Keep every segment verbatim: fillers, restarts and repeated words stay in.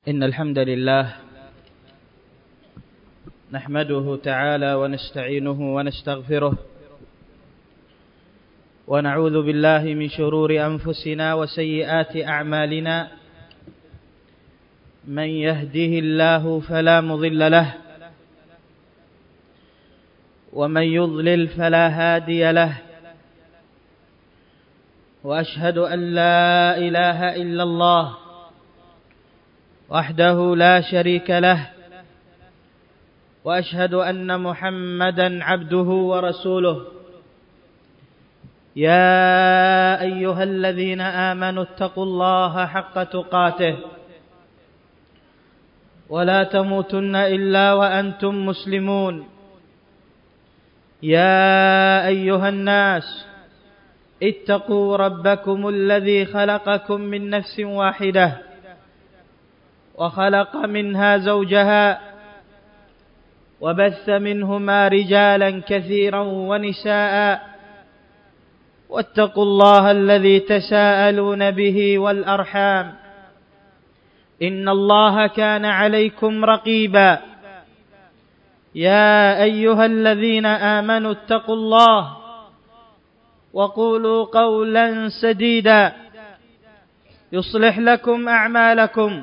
إن الحمد لله نحمده تعالى ونستعينه ونستغفره ونعوذ بالله من شرور أنفسنا وسيئات أعمالنا من يهده الله فلا مضل له ومن يضلل فلا هادي له وأشهد أن لا إله إلا الله وحده لا شريك له وأشهد أن محمدا عبده ورسوله يا أيها الذين آمنوا اتقوا الله حق تقاته ولا تموتن إلا وأنتم مسلمون يا أيها الناس اتقوا ربكم الذي خلقكم من نفس واحدة وخلق منها زوجها وبث منهما رجالا كثيرا ونساء واتقوا الله الذي تساءلون به والأرحام إن الله كان عليكم رقيبا يا أيها الذين آمنوا اتقوا الله وقولوا قولا سديدا يصلح لكم أعمالكم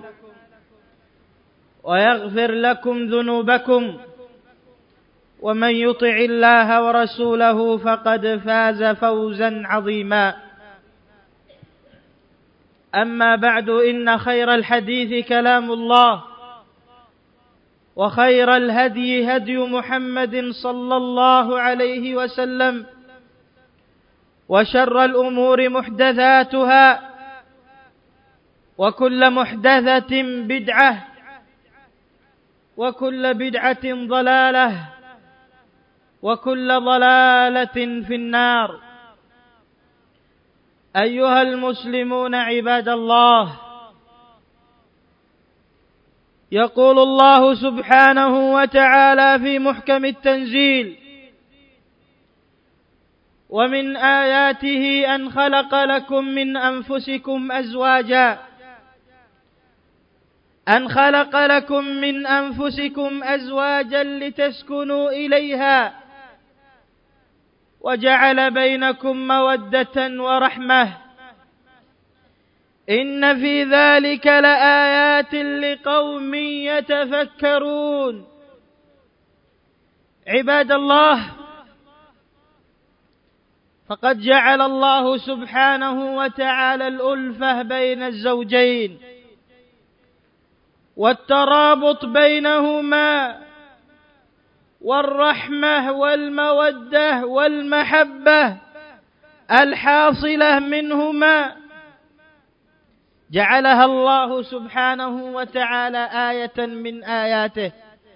ويغفر لكم ذنوبكم ومن يطع الله ورسوله فقد فاز فوزا عظيما أما بعد إن خير الحديث كلام الله وخير الهدي هدي محمد صلى الله عليه وسلم وشر الأمور محدثاتها وكل محدثة بدعة وكل بدعة ضلالة وكل ضلالة في النار. أيها المسلمون عباد الله، يقول الله سبحانه وتعالى في محكم التنزيل: ومن آياته أن خلق لكم من أنفسكم أزواجا أن خلق لكم من أنفسكم أزواجا لتسكنوا إليها وجعل بينكم مودة ورحمة إن في ذلك لآيات لقوم يتفكرون. عباد الله، فقد جعل الله سبحانه وتعالى الألفة بين الزوجين والترابط بينهما والرحمة والمودة والمحبة الحاصلة منهما، جعلها الله سبحانه وتعالى آية من آياته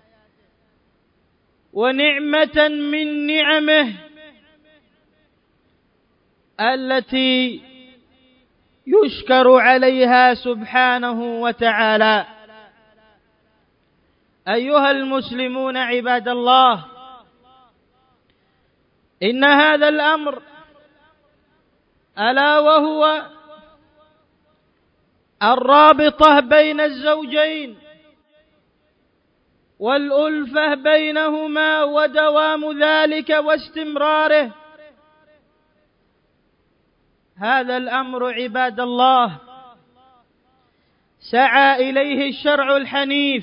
ونعمة من نعمه التي يشكر عليها سبحانه وتعالى. أيها المسلمون عباد الله، إن هذا الأمر ألا وهو الرابطة بين الزوجين والألفة بينهما ودوام ذلك واستمراره، هذا الأمر عباد الله سعى إليه الشرع الحنيف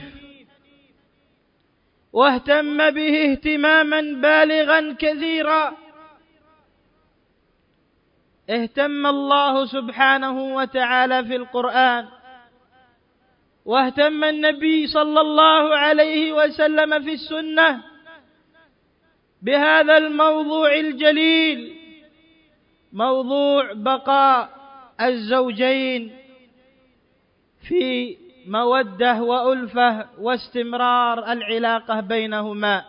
واهتم به اهتماما بالغا كثيرا. اهتم الله سبحانه وتعالى في القرآن واهتم النبي صلى الله عليه وسلم في السنة بهذا الموضوع الجليل، موضوع بقاء الزوجين في مودة وألفة واستمرار العلاقة بينهما،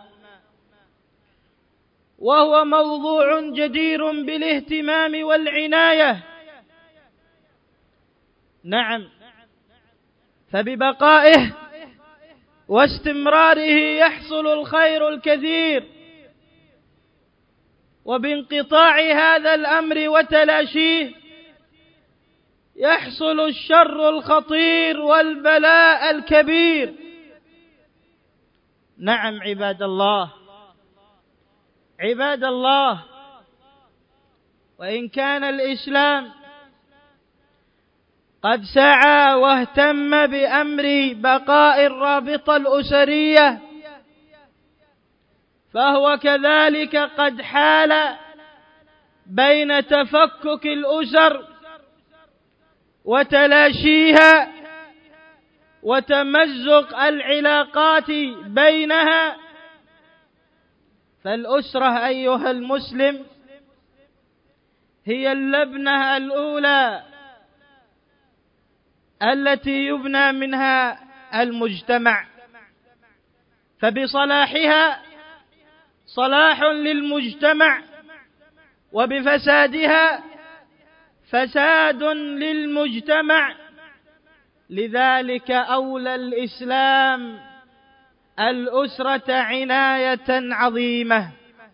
وهو موضوع جدير بالاهتمام والعناية. نعم، فببقائه واستمراره يحصل الخير الكثير، وبانقطاع هذا الأمر وتلاشيه يحصل الشر الخطير والبلاء الكبير. نعم عباد الله، عباد الله، وإن كان الإسلام قد سعى واهتم بأمر بقاء الرابطة الأسرية، فهو كذلك قد حال بين تفكك الأسر وتلاشيها وتمزق العلاقات بينها. فالأسرة أيها المسلم هي اللبنة الأولى التي يبنى منها المجتمع، فبصلاحها صلاح للمجتمع، وبفسادها فساد للمجتمع. لذلك أولى الإسلام الأسرة عناية عظيمة.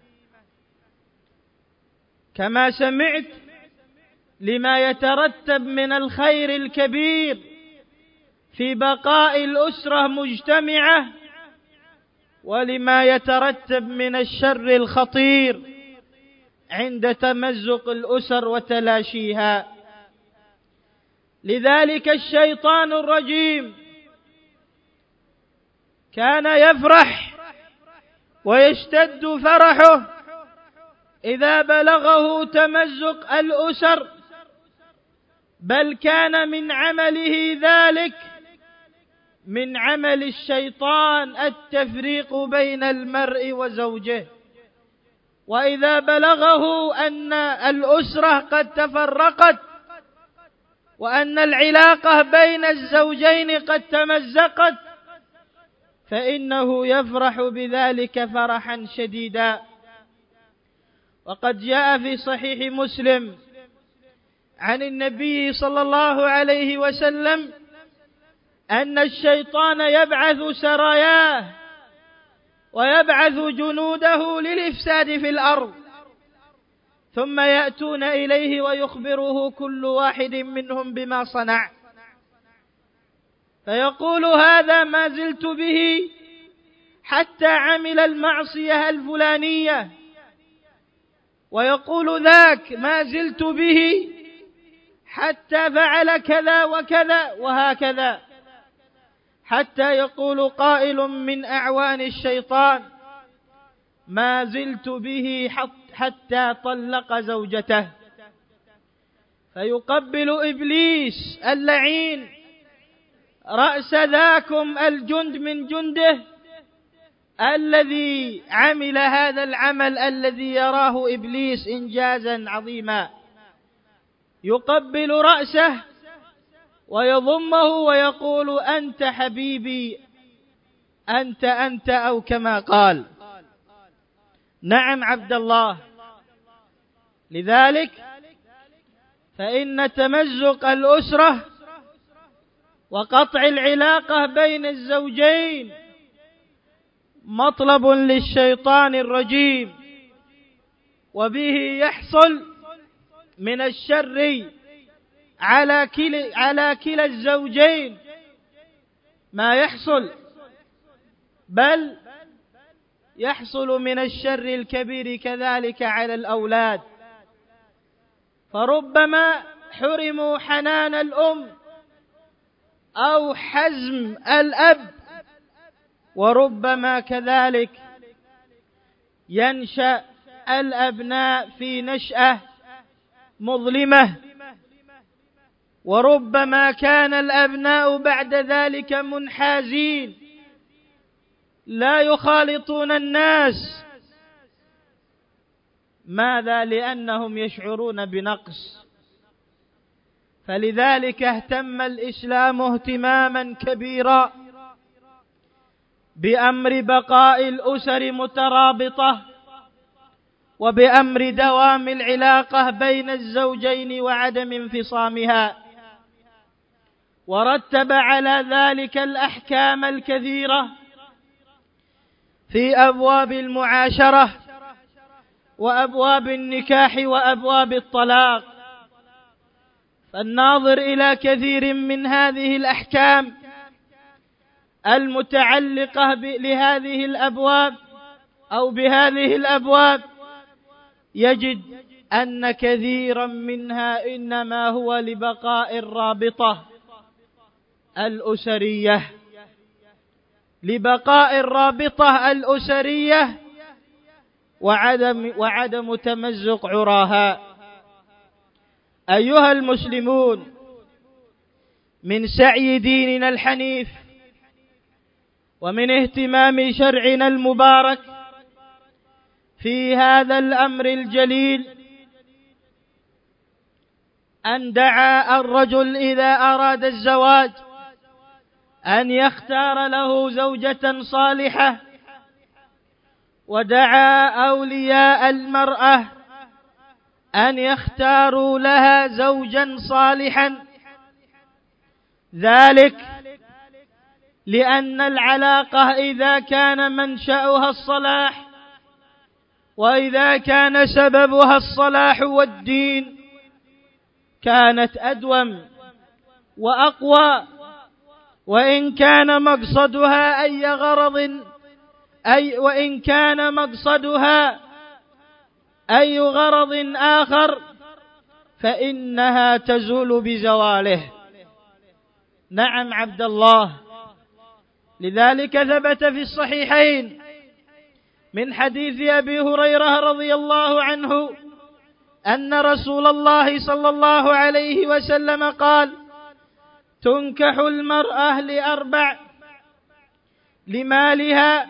كما سمعت لما يترتب من الخير الكبير في بقاء الأسرة مجتمعة، ولما يترتب من الشر الخطير عند تمزق الأسر وتلاشيها. لذلك الشيطان الرجيم كان يفرح ويشتد فرحه إذا بلغه تمزق الأسر، بل كان من عمله ذلك، من عمل الشيطان التفريق بين المرء وزوجه. وإذا بلغه أن الأسرة قد تفرقت وأن العلاقة بين الزوجين قد تمزقت، فإنه يفرح بذلك فرحا شديدا. وقد جاء في صحيح مسلم عن النبي صلى الله عليه وسلم أن الشيطان يبعث سراياه ويبعث جنوده للإفساد في الأرض، ثم يأتون إليه ويخبره كل واحد منهم بما صنع، فيقول هذا ما زلت به حتى عمل المعصية الفلانية، ويقول ذاك ما زلت به حتى فعل كذا وكذا وهكذا، حتى يقول قائل من أعوان الشيطان ما زلت به حتى طلق زوجته. فيقبل إبليس اللعين رأس ذاكم الجند من جنده الذي عمل هذا العمل الذي يراه إبليس إنجازا عظيما، يقبل رأسه ويضمه ويقول أنت حبيبي، أنت أنت، أو كما قال. نعم عبد الله. لذلك فإن تمزق الأسرة وقطع العلاقة بين الزوجين مطلب للشيطان الرجيم، وبه يحصل من الشر على كلا على كلا الزوجين ما يحصل، بل يحصل من الشر الكبير كذلك على الأولاد. فربما حرموا حنان الأم أو حزم الأب، وربما كذلك ينشأ الأبناء في نشأة مظلمة، وربما كان الأبناء بعد ذلك منحازين لا يخالطون الناس. ماذا؟ لأنهم يشعرون بنقص. فلذلك اهتم الإسلام اهتماما كبيرا بأمر بقاء الأسر مترابطة، وبأمر دوام العلاقة بين الزوجين وعدم انفصامها، ورتب على ذلك الأحكام الكثيرة في أبواب المعاشرة وأبواب النكاح وأبواب الطلاق. فالناظر إلى كثير من هذه الأحكام المتعلقة لهذه الأبواب أو بهذه الأبواب يجد أن كثيرا منها إنما هو لبقاء الرابطة الأسرية لبقاء الرابطة الأسرية وعدم وعدم تمزق عراها. أيها المسلمون، من سعي ديننا الحنيف ومن اهتمام شرعنا المبارك في هذا الأمر الجليل أن دعا الرجل إذا أراد الزواج أن يختار له زوجة صالحة، ودعا أولياء المرأة أن يختاروا لها زوجا صالحا، ذلك لأن العلاقة إذا كان منشأها الصلاح وإذا كان سببها الصلاح والدين كانت أدوم وأقوى، وإن كان مقصدها أي غرض أي وإن كان مقصدها أي غرض آخر فإنها تزول بزواله. نعم عبد الله، لذلك ثبت في الصحيحين من حديث أبي هريرة رضي الله عنه أن رسول الله صلى الله عليه وسلم قال: تنكح المرأة لأربع: لمالها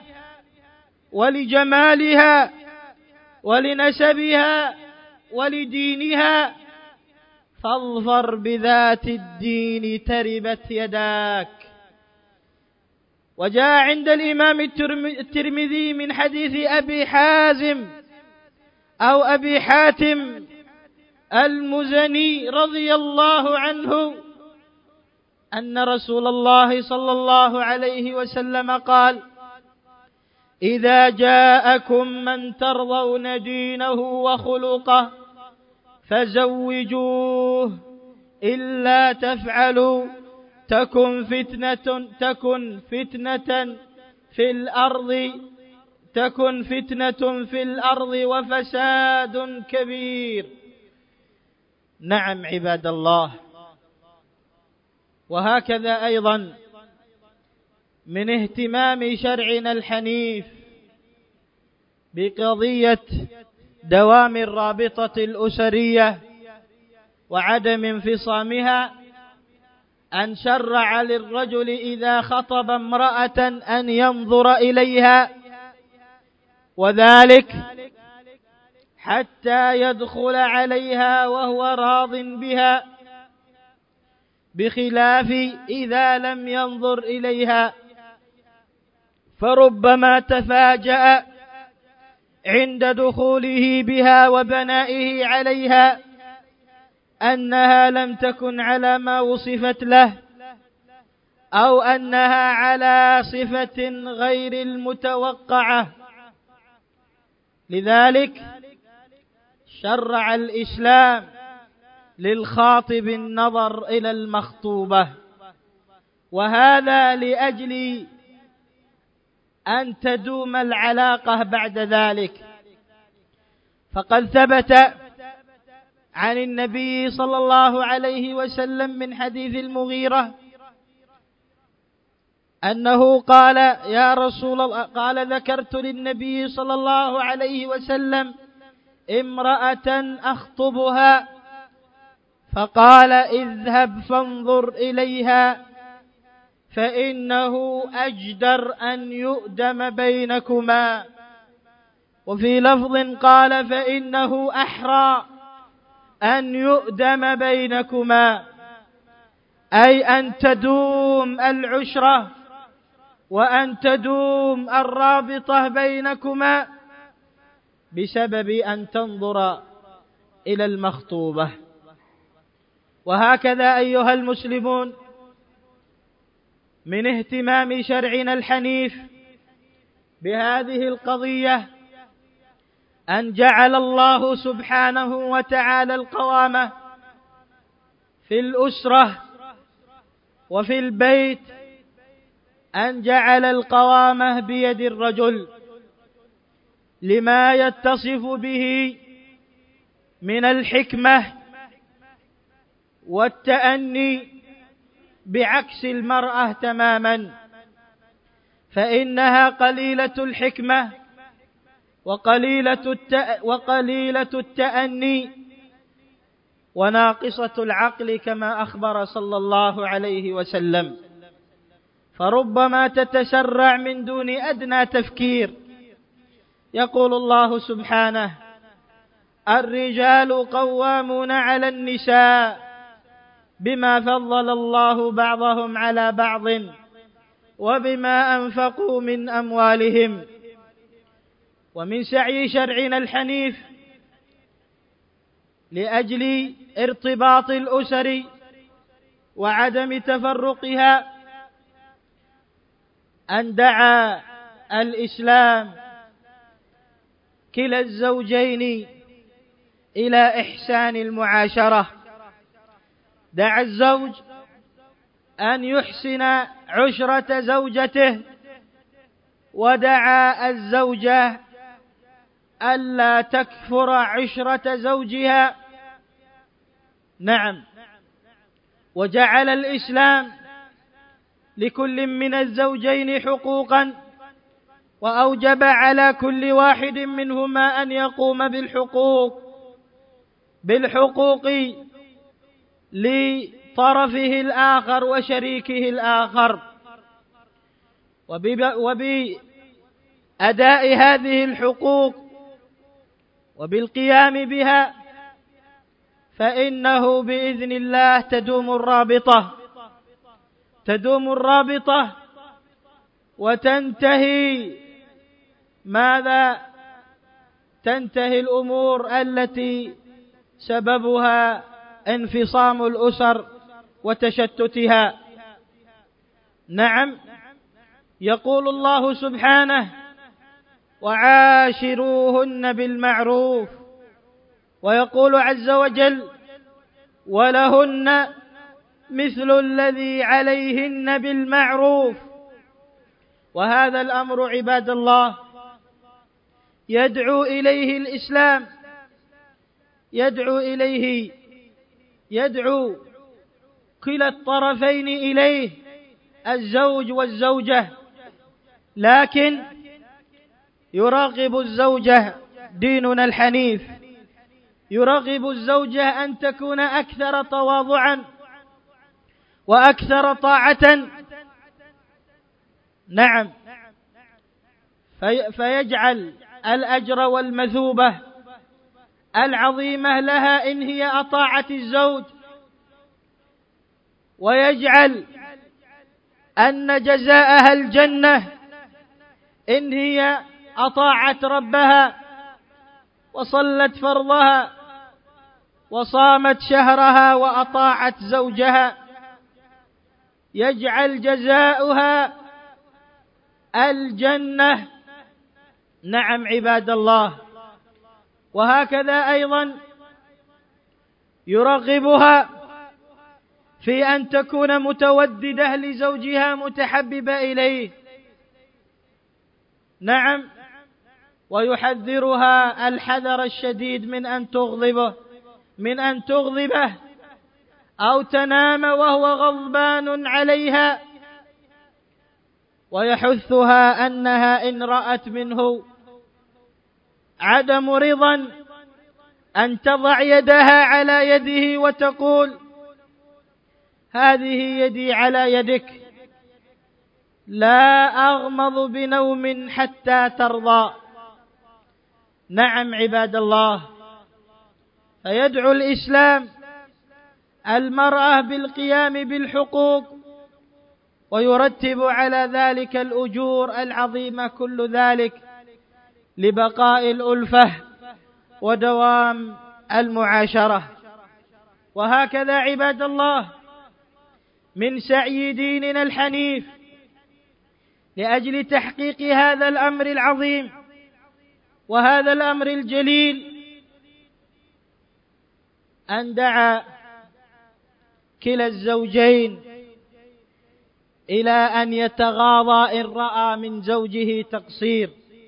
ولجمالها ولنسبها ولدينها، فاظفر بذات الدين تربت يداك. وجاء عند الإمام الترمذي من حديث أبي حازم أو أبي حاتم المزني رضي الله عنه أن رسول الله صلى الله عليه وسلم قال: إذا جاءكم من ترضون دينه وخلقه فزوجوه، إلا تفعلوا تكن فتنة تكن فتنة في الأرض تكن فتنة في الأرض وفساد كبير. نعم عباد الله، وهكذا أيضا من اهتمام شرعنا الحنيف بقضية دوام الرابطة الأسرية وعدم انفصامها أن شرع للرجل إذا خطب امرأة أن ينظر إليها، وذلك حتى يدخل عليها وهو راض بها، بخلاف إذا لم ينظر إليها فربما تفاجأ عند دخوله بها وبنائه عليها أنها لم تكن على ما وصفت له، أو أنها على صفة غير المتوقعة. لذلك شرع الإسلام للخاطب النظر إلى المخطوبة، وهذا لأجل أن تدوم العلاقة بعد ذلك. فقد ثبت عن النبي صلى الله عليه وسلم من حديث المغيرة أنه قال: يا رسول الله، قال: ذكرت للنبي صلى الله عليه وسلم امرأة أخطبها، فقال: اذهب فانظر إليها فإنه أجدر أن يؤدم بينكما. وفي لفظ قال: فإنه أحرى أن يؤدم بينكما، أي أن تدوم العشرة وأن تدوم الرابطة بينكما بسبب أن تنظر إلى المخطوبة. وهكذا أيها المسلمون، من اهتمام شرعنا الحنيف بهذه القضية أن جعل الله سبحانه وتعالى القوامة في الأسرة وفي البيت أن جعل القوامة بيد الرجل لما يتصف به من الحكمة والتأني بعكس المرأة تماما، فإنها قليلة الحكمة وقليلة التأ وقليلة التأني وناقصة العقل كما أخبر صلى الله عليه وسلم، فربما تتسرع من دون أدنى تفكير. يقول الله سبحانه: الرجال قوامون على النساء بما فضل الله بعضهم على بعض وبما أنفقوا من أموالهم. ومن سعي شرعنا الحنيف لأجل ارتباط الأسر وعدم تفرقها أن دعا الإسلام كلا الزوجين إلى إحسان المعاشرة. دعا الزوج أن يحسن عشرة زوجته، ودعا الزوجة ألا تكفر عشرة زوجها. نعم، وجعل الإسلام لكل من الزوجين حقوقا، وأوجب على كل واحد منهما أن يقوم بالحقوق بالحقوق لطرفه الآخر وشريكه الآخر، وبأداء هذه الحقوق وبالقيام بها فإنه بإذن الله تدوم الرابطة تدوم الرابطة وتنتهي ماذا؟ تنتهي الأمور التي سببها انفصام الأسر وتشتتها. نعم، يقول الله سبحانه: وعاشروهن بالمعروف، ويقول عز وجل: ولهن مثل الذي عليهن بالمعروف. وهذا الأمر عباد الله يدعو إليه الإسلام، يدعو إليه يدعو كلا الطرفين إليه، الزوج والزوجة، لكن يرغب الزوجة ديننا الحنيف، يرغب الزوجة أن تكون أكثر تواضعا وأكثر طاعة. نعم، في فيجعل الأجر والمثوبة العظيمة لها إن هي أطاعت الزوج، ويجعل أن جزاءها الجنة إن هي أطاعت ربها وصلت فرضها وصامت شهرها وأطاعت زوجها، يجعل جزاؤها الجنة. نعم عباد الله، وهكذا أيضا يرغبها في أن تكون متوددة لزوجها متحببة إليه. نعم، ويحذرها الحذر الشديد من أن تغضبه من أن تغضبه أو تنام وهو غضبان عليها، ويحثها أنها إن رأت منه عدم رضا أن تضع يدها على يده وتقول: هذه يدي على يدك، لا أغمض بنوم حتى ترضى. نعم عباد الله، فيدعو الإسلام المرأة بالقيام بالحقوق، ويرتب على ذلك الأجور العظيمة، كل ذلك لبقاء الألفة ودوام المعاشرة. وهكذا عباد الله من سعي ديننا الحنيف لأجل تحقيق هذا الأمر العظيم وهذا الأمر الجليل أن دعا كلا الزوجين إلى أن يتغاضى إن رأى من زوجه تقصير،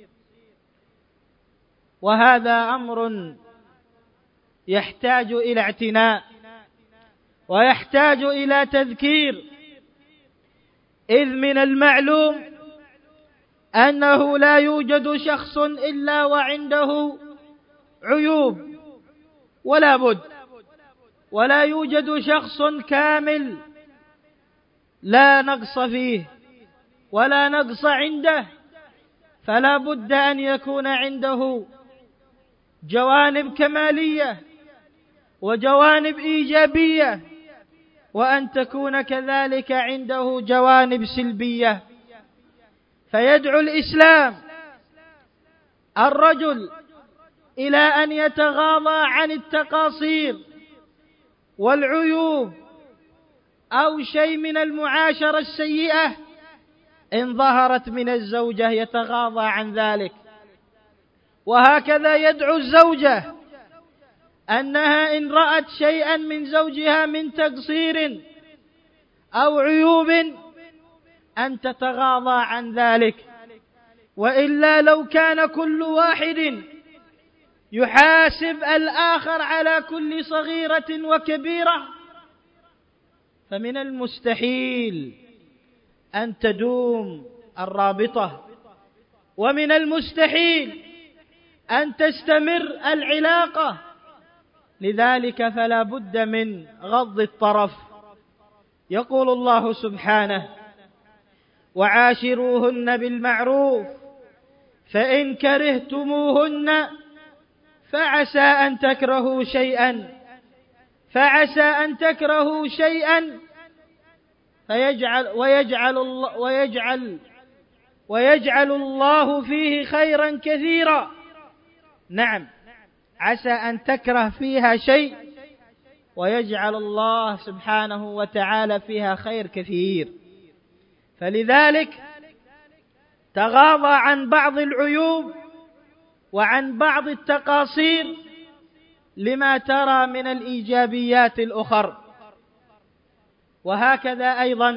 وهذا أمر يحتاج إلى اعتناء ويحتاج إلى تذكير، إذ من المعلوم أنه لا يوجد شخص إلا وعنده عيوب ولا بد، ولا يوجد شخص كامل لا نقص فيه ولا نقص عنده، فلا بد أن يكون عنده جوانب كمالية وجوانب إيجابية، وأن تكون كذلك عنده جوانب سلبية. فيدعو الإسلام الرجل إلى أن يتغاضى عن التقاصير والعيوب أو شيء من المعاشرة السيئة إن ظهرت من الزوجة، يتغاضى عن ذلك. وهكذا يدعو الزوجة أنها إن رأت شيئا من زوجها من تقصير أو عيوب أن تتغاضى عن ذلك، وإلا لو كان كل واحد يحاسب الآخر على كل صغيرة وكبيرة فمن المستحيل أن تدوم الرابطة، ومن المستحيل أن تستمر العلاقة. لذلك فلا بد من غض الطرف. يقول الله سبحانه: وعاشروهن بالمعروف فإن كرهتموهن فعسى أن تكرهوا شيئا فعسى أن تكرهوا شيئا فيجعل ويجعل الله ويجعل ويجعل الله فيه خيرا كثيرا. نعم، عسى أن تكره فيها شيء ويجعل الله سبحانه وتعالى فيها خير كثير. فلذلك تغاضى عن بعض العيوب وعن بعض التقاصير لما ترى من الإيجابيات الأخرى. وهكذا أيضا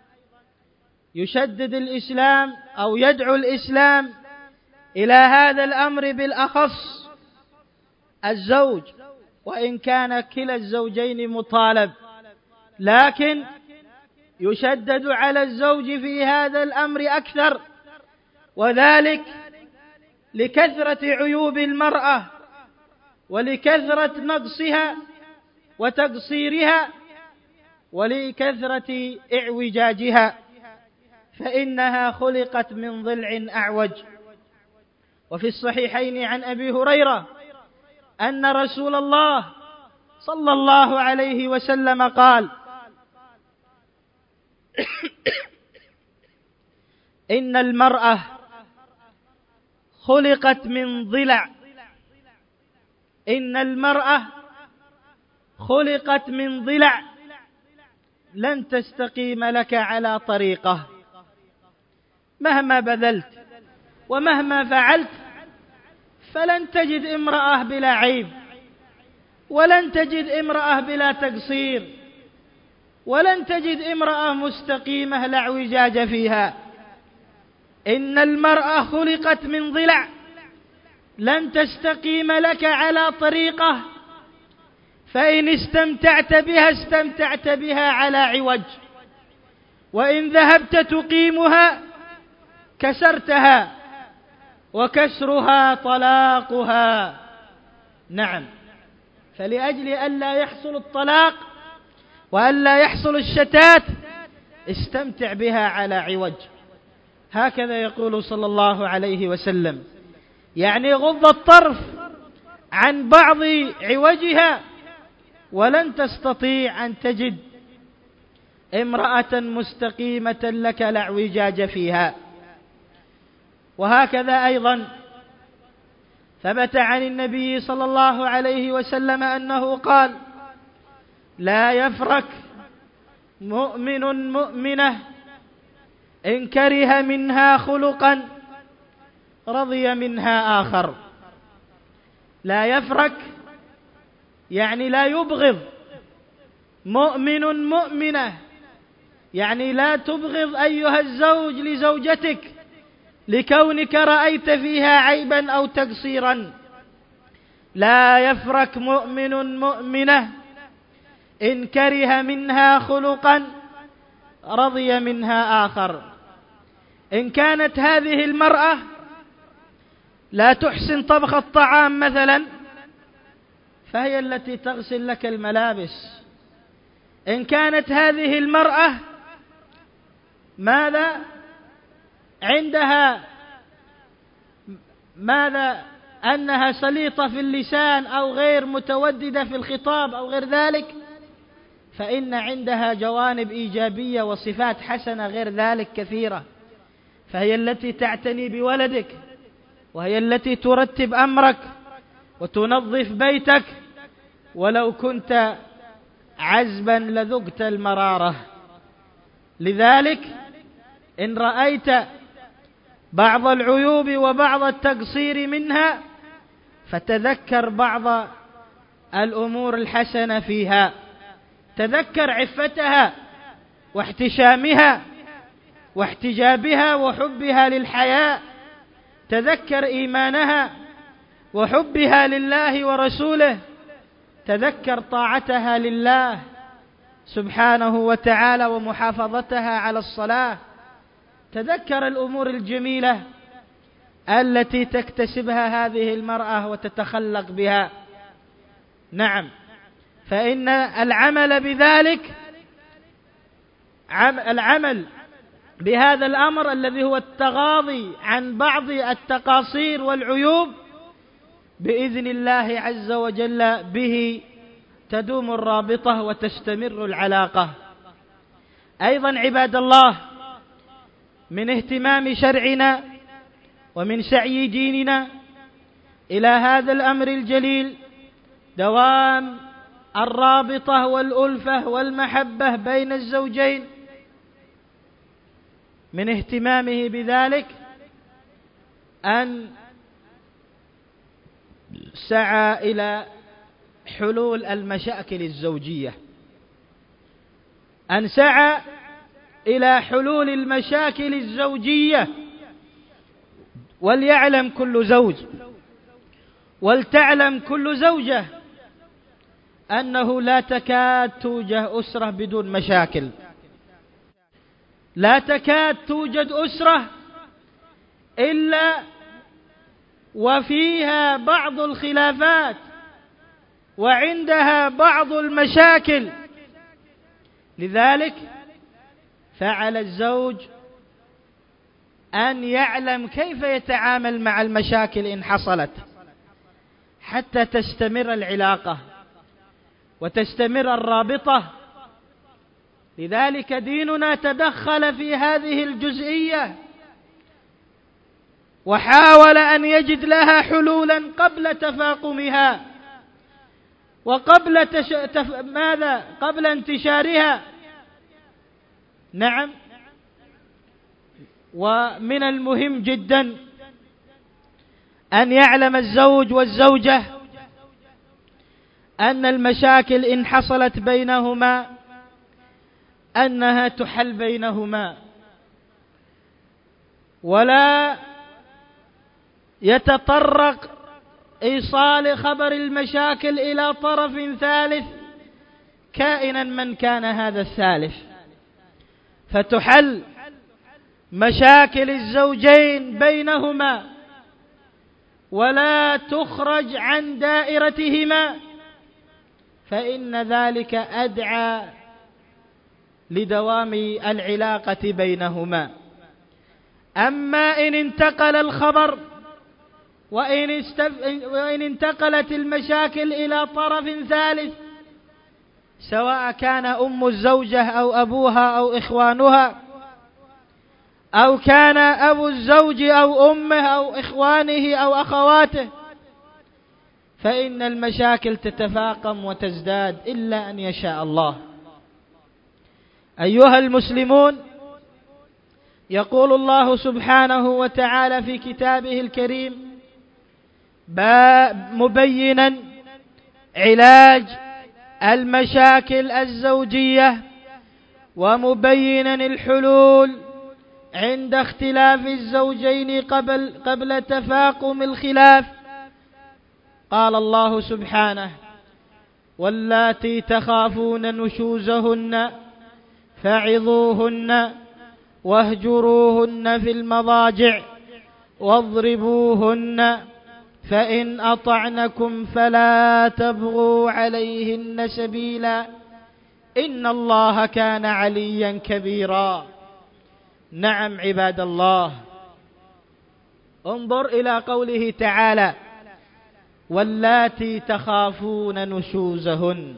يشدد الإسلام أو يدعو الإسلام إلى هذا الأمر بالأخص الزوج، وإن كان كلا الزوجين مطالب، لكن يشدد على الزوج في هذا الأمر أكثر، وذلك لكثرة عيوب المرأة ولكثرة نقصها وتقصيرها ولكثرة اعوجاجها، فإنها خلقت من ضلع أعوج. وفي الصحيحين عن أبي هريرة أن رسول الله صلى الله عليه وسلم قال: إن المرأة خلقت من ضلع إن المرأة خلقت من ضلع لن تستقيم لك على طريقة، مهما بذلت ومهما فعلت فلن تجد امرأة بلا عيب، ولن تجد امرأة بلا تقصير، ولن تجد امرأة مستقيمة لا اعوجاج فيها. إن المرأة خلقت من ضلع لن تستقيم لك على طريقة، فإن استمتعت بها استمتعت بها على عوج، وإن ذهبت تقيمها كسرتها، وكسرها طلاقها. نعم، فلأجل ألا يحصل الطلاق وألا يحصل الشتات استمتع بها على عوج. هكذا يقول صلى الله عليه وسلم، يعني غض الطرف عن بعض عوجها، ولن تستطيع أن تجد امرأة مستقيمة لك لا اعوجاج فيها. وهكذا أيضا ثبت عن النبي صلى الله عليه وسلم أنه قال: لا يفرك مؤمن مؤمنة إن كره منها خلقا رضي منها آخر. لا يفرك يعني لا يبغض مؤمن مؤمنة، يعني لا تبغض أيها الزوج لزوجتك لكونك رأيت فيها عيبا أو تقصيرا. لا يفرك مؤمن مؤمنة إن كره منها خلقا رضي منها آخر. إن كانت هذه المرأة لا تحسن طبخ الطعام مثلا، فهي التي تغسل لك الملابس. إن كانت هذه المرأة ماذا عندها ماذا أنها سليطة في اللسان أو غير متوددة في الخطاب أو غير ذلك، فإن عندها جوانب إيجابية وصفات حسنة غير ذلك كثيرة. فهي التي تعتني بولدك، وهي التي ترتب أمرك وتنظف بيتك. ولو كنت عزبا لذقت المرارة. لذلك إن رأيت بعض العيوب وبعض التقصير منها فتذكر بعض الأمور الحسنة فيها. تذكر عفتها واحتشامها واحتجابها وحبها للحياء. تذكر إيمانها وحبها لله ورسوله. تذكر طاعتها لله سبحانه وتعالى ومحافظتها على الصلاة. تذكر الأمور الجميلة التي تكتسبها هذه المرأة وتتخلق بها. نعم، فإن العمل بذلك العمل بهذا الأمر الذي هو التغاضي عن بعض التقاصير والعيوب بإذن الله عز وجل به تدوم الرابطة وتستمر العلاقة. أيضا عباد الله، من اهتمام شرعنا ومن سعي ديننا إلى هذا الأمر الجليل دوام الرابطة والألفة والمحبة بين الزوجين. من اهتمامه بذلك أن سعى إلى حلول المشاكل الزوجية أن سعى إلى حلول المشاكل الزوجية. وليعلم كل زوج ولتعلم كل زوجة أنه لا تكاد توجد أسرة بدون مشاكل. لا تكاد توجد أسرة إلا وفيها بعض الخلافات وعندها بعض المشاكل. لذلك فعلى الزوج أن يعلم كيف يتعامل مع المشاكل إن حصلت حتى تستمر العلاقة وتستمر الرابطة. لذلك ديننا تدخل في هذه الجزئية وحاول أن يجد لها حلولا قبل تفاقمها وقبل تش... تف... ماذا قبل انتشارها. نعم، ومن المهم جدا أن يعلم الزوج والزوجة أن المشاكل إن حصلت بينهما أنها تحل بينهما، ولا يتطرق إيصال خبر المشاكل إلى طرف ثالث كائنا من كان هذا الثالث، فتحل مشاكل الزوجين بينهما ولا تخرج عن دائرتهما، فإن ذلك أدعى لدوام العلاقة بينهما. أما إن انتقل الخبر وإن, استف... وإن انتقلت المشاكل إلى طرف ثالث، سواء كان أم الزوجة أو أبوها أو إخوانها، أو كان أبو الزوج أو أمه أو إخوانه أو أخواته، فإن المشاكل تتفاقم وتزداد إلا أن يشاء الله. أيها المسلمون، يقول الله سبحانه وتعالى في كتابه الكريم مبينا علاج المشاكل الزوجية ومبينا الحلول عند اختلاف الزوجين قبل قبل تفاقم الخلاف. قال الله سبحانه: واللاتي تخافون نشوزهن فعظوهن واهجروهن في المضاجع واضربوهن فإن أطعنكم فلا تبغوا عليهن سبيلا إن الله كان عليا كبيرا. نعم عباد الله، انظر إلى قوله تعالى: واللاتي تخافون نشوزهن،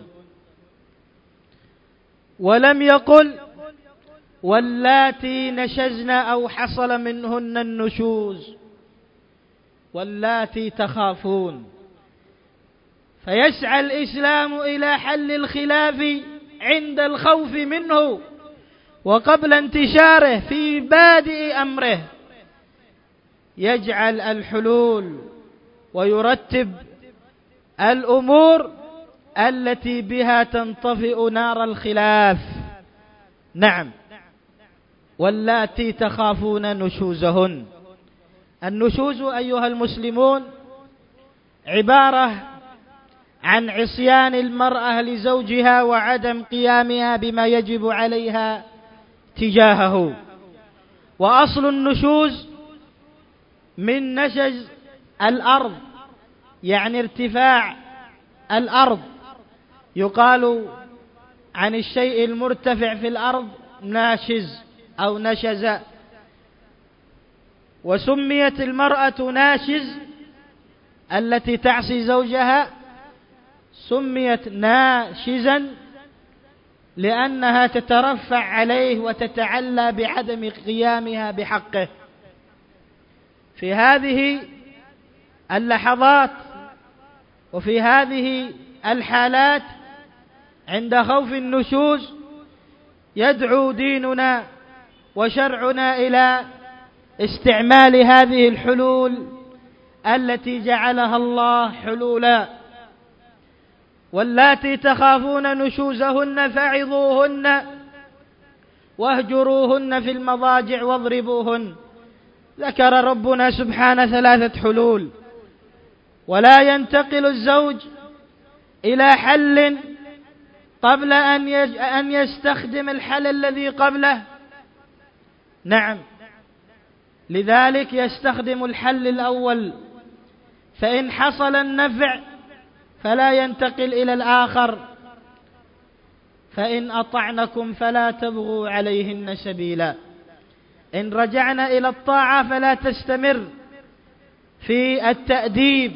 ولم يقل واللاتي نشزن أو حصل منهن النشوز، واللاتي تخافون. فيسعى الإسلام إلى حل الخلاف عند الخوف منه وقبل انتشاره في بادئ أمره، يجعل الحلول ويرتب الأمور التي بها تنطفئ نار الخلاف. نعم، واللاتي تخافون نشوزهن. النشوز أيها المسلمون عبارة عن عصيان المرأة لزوجها وعدم قيامها بما يجب عليها تجاهه. وأصل النشوز من نشز الأرض، يعني ارتفاع الأرض. يقال عن الشيء المرتفع في الأرض ناشز أو نشز. وسميت المرأة ناشز التي تعصي زوجها، سميت ناشزا لأنها تترفع عليه وتتعلى بعدم قيامها بحقه. في هذه اللحظات وفي هذه الحالات عند خوف النشوز يدعو ديننا وشرعنا إلى استعمال هذه الحلول التي جعلها الله حلولا. واللاتي تخافون نشوزهن فعظوهن واهجروهن في المضاجع واضربوهن. ذكر ربنا سبحانه ثلاثة حلول، ولا ينتقل الزوج إلى حل قبل أن يستخدم الحل الذي قبله. نعم، لذلك يستخدم الحل الأول، فإن حصل النفع فلا ينتقل إلى الآخر. فإن أطعنكم فلا تبغوا عليهن سبيلا. إن رجعنا إلى الطاعة فلا تستمر في التأديب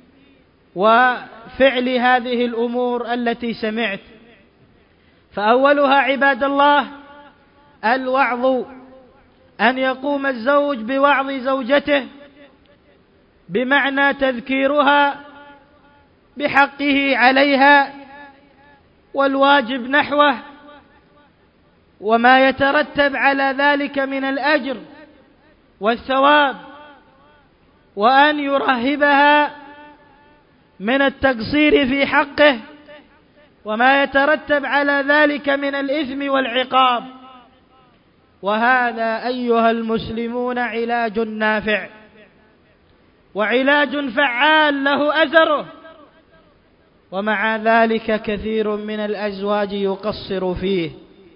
وفعل هذه الأمور التي سمعت. فأولها عباد الله الوعظ، أن يقوم الزوج بوعظ زوجته بمعنى تذكيرها بحقه عليها والواجب نحوه وما يترتب على ذلك من الأجر والثواب، وأن يرهبها من التقصير في حقه وما يترتب على ذلك من الإثم والعقاب. وهذا أيها المسلمون علاج نافع وعلاج فعال له أثره، ومع ذلك كثير من الأزواج يقصر فيه.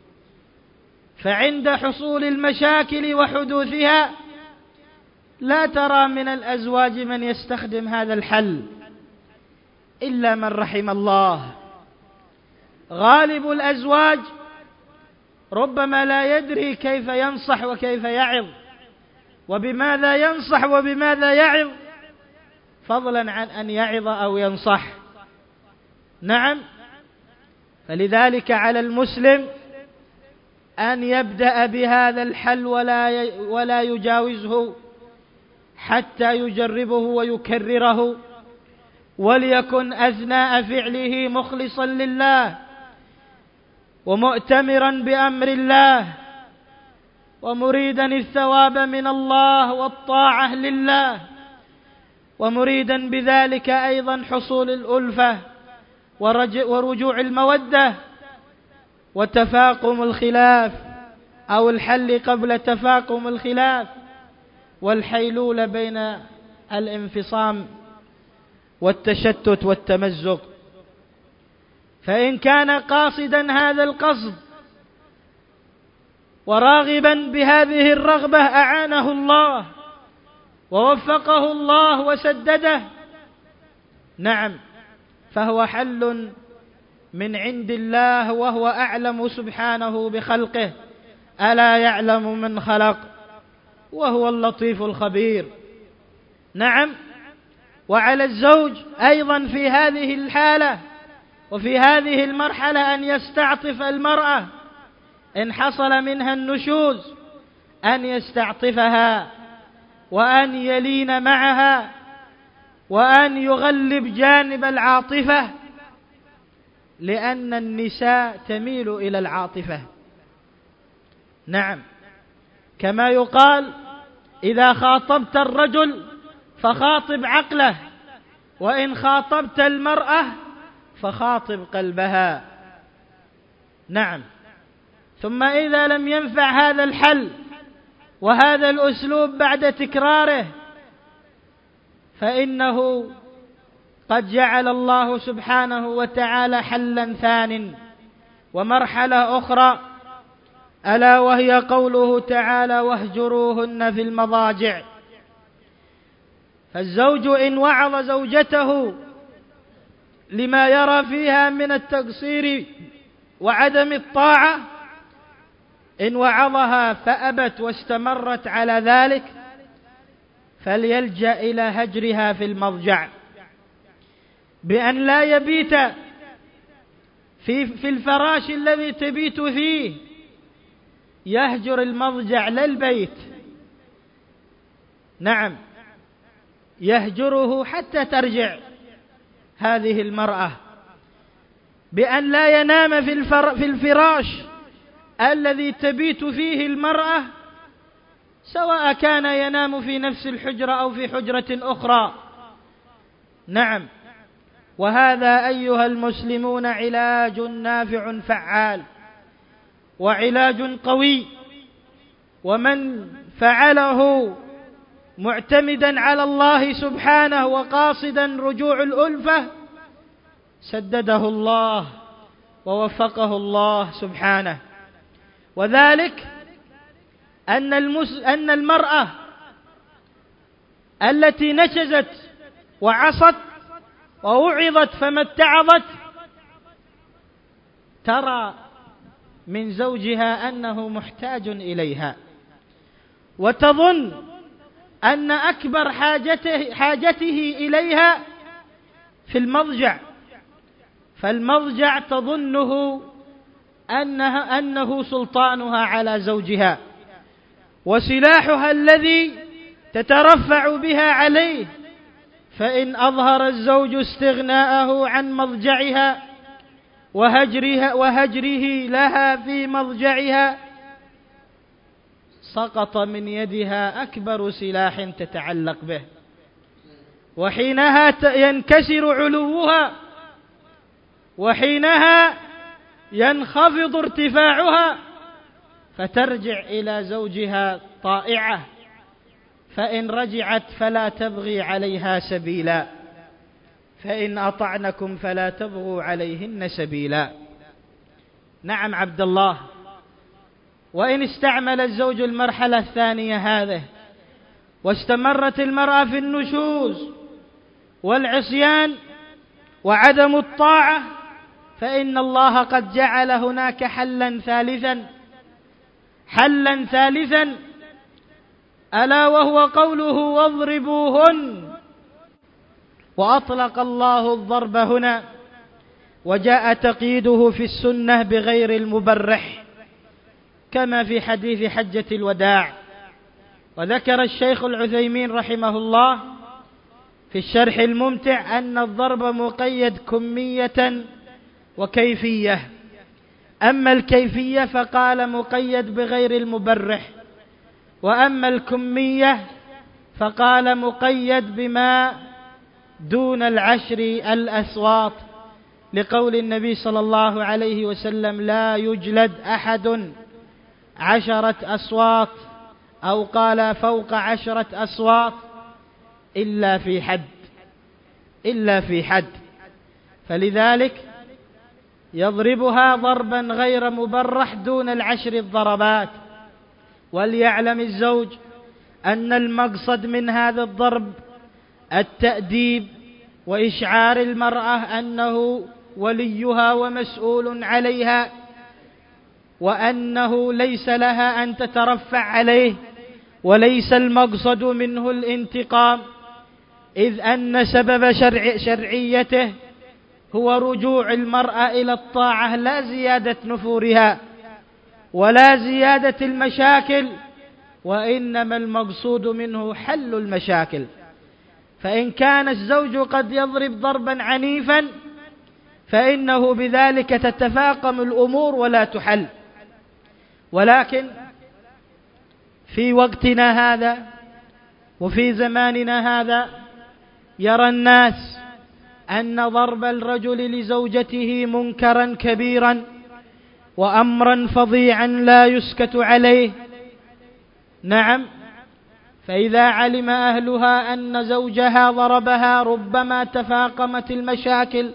فعند حصول المشاكل وحدوثها لا ترى من الأزواج من يستخدم هذا الحل إلا من رحم الله. غالب الأزواج ربما لا يدري كيف ينصح وكيف يعظ، وبماذا ينصح وبماذا يعظ، فضلا عن أن يعظ أو ينصح. نعم، فلذلك على المسلم أن يبدأ بهذا الحل ولا ولا يجاوزه حتى يجربه ويكرره، وليكن أثناء فعله مخلصا لله ومؤتمرا بأمر الله ومريدا الثواب من الله والطاعة لله، ومريدا بذلك أيضا حصول الألفة ورجوع المودة وتفاقم الخلاف أو الحل قبل تفاقم الخلاف والحيلولة بين الانفصام والتشتت والتمزق. فإن كان قاصدا هذا القصد وراغبا بهذه الرغبة أعانه الله ووفقه الله وسدده، نعم، فهو حل من عند الله، وهو أعلم سبحانه بخلقه، ألا يعلم من خلق وهو اللطيف الخبير. نعم، وعلى الزوج أيضا في هذه الحالة وفي هذه المرحلة أن يستعطف المرأة إن حصل منها النشوز، أن يستعطفها وأن يلين معها وأن يغلب جانب العاطفة، لأن النساء تميل إلى العاطفة. نعم، كما يقال: إذا خاطبت الرجل فخاطب عقله، وإن خاطبت المرأة فخاطب قلبها. نعم، ثم إذا لم ينفع هذا الحل وهذا الأسلوب بعد تكراره، فإنه قد جعل الله سبحانه وتعالى حلا ثان ومرحلة أخرى، ألا وهي قوله تعالى: واهجروهن في المضاجع. فالزوج إن وعظ زوجته لما يرى فيها من التقصير وعدم الطاعة، إن وعظها فأبت واستمرت على ذلك، فليلجأ إلى هجرها في المضجع، بأن لا يبيت في في الفراش الذي تبيت فيه، يهجر المضجع لا البيت. نعم، يهجره حتى ترجع هذه المرأة، بأن لا ينام في الفر في الفراش الذي تبيت فيه المرأة، سواء كان ينام في نفس الحجرة أو في حجرة أخرى. نعم، وهذا أيها المسلمون علاج نافع فعال وعلاج قوي، ومن فعله معتمدا على الله سبحانه وقاصدا رجوع الألفة سدده الله ووفقه الله سبحانه. وذلك أن, المس... أن المرأة التي نشزت وعصت ووعظت فما اتعظت ترى من زوجها أنه محتاج إليها، وتظن أن أكبر حاجته, حاجته إليها في المضجع، فالمضجع تظنه أنه, أنه سلطانها على زوجها وسلاحها الذي تترفع بها عليه. فإن أظهر الزوج استغناءه عن مضجعها وهجرها وهجره لها في مضجعها، سقط من يدها أكبر سلاح تتعلق به، وحينها ينكسر علوها، وحينها ينخفض ارتفاعها، فترجع إلى زوجها طائعة، فإن رجعت فلا تبغي عليها سبيلا، فإن أطعنكم فلا تبغوا عليهن سبيلا. نعم عبد الله، وإن استعمل الزوج المرحلة الثانية هذه واستمرت المرأة في النشوز والعصيان وعدم الطاعة، فإن الله قد جعل هناك حلا ثالثا حلا ثالثا ألا وهو قوله: واضربوهن. وأطلق الله الضرب هنا، وجاء تقييده في السنة بغير المبرح كما في حديث حجة الوداع. وذكر الشيخ العثيمين رحمه الله في الشرح الممتع أن الضرب مقيد كمية وكيفية، أما الكيفية فقال مقيد بغير المبرح، وأما الكمية فقال مقيد بما دون العشر الأصوات، لقول النبي صلى الله عليه وسلم: لا يجلد أحد عشرة أصوات، أو قال فوق عشرة أصوات، إلا في حد إلا في حد فلذلك يضربها ضربا غير مبرح دون العشر الضربات. وليعلم الزوج أن المقصد من هذا الضرب التأديب وإشعار المرأة أنه وليها ومسؤول عليها، وأنه ليس لها أن تترفع عليه، وليس المقصد منه الانتقام، إذ أن سبب شرع شرعيته هو رجوع المرأة إلى الطاعة، لا زيادة نفورها ولا زيادة المشاكل، وإنما المقصود منه حل المشاكل. فإن كان الزوج قد يضرب ضربا عنيفا فإنه بذلك تتفاقم الأمور ولا تحل. ولكن في وقتنا هذا وفي زماننا هذا يرى الناس أن ضرب الرجل لزوجته منكرا كبيرا وأمرا فظيعا لا يسكت عليه. نعم، فإذا علم أهلها أن زوجها ضربها ربما تفاقمت المشاكل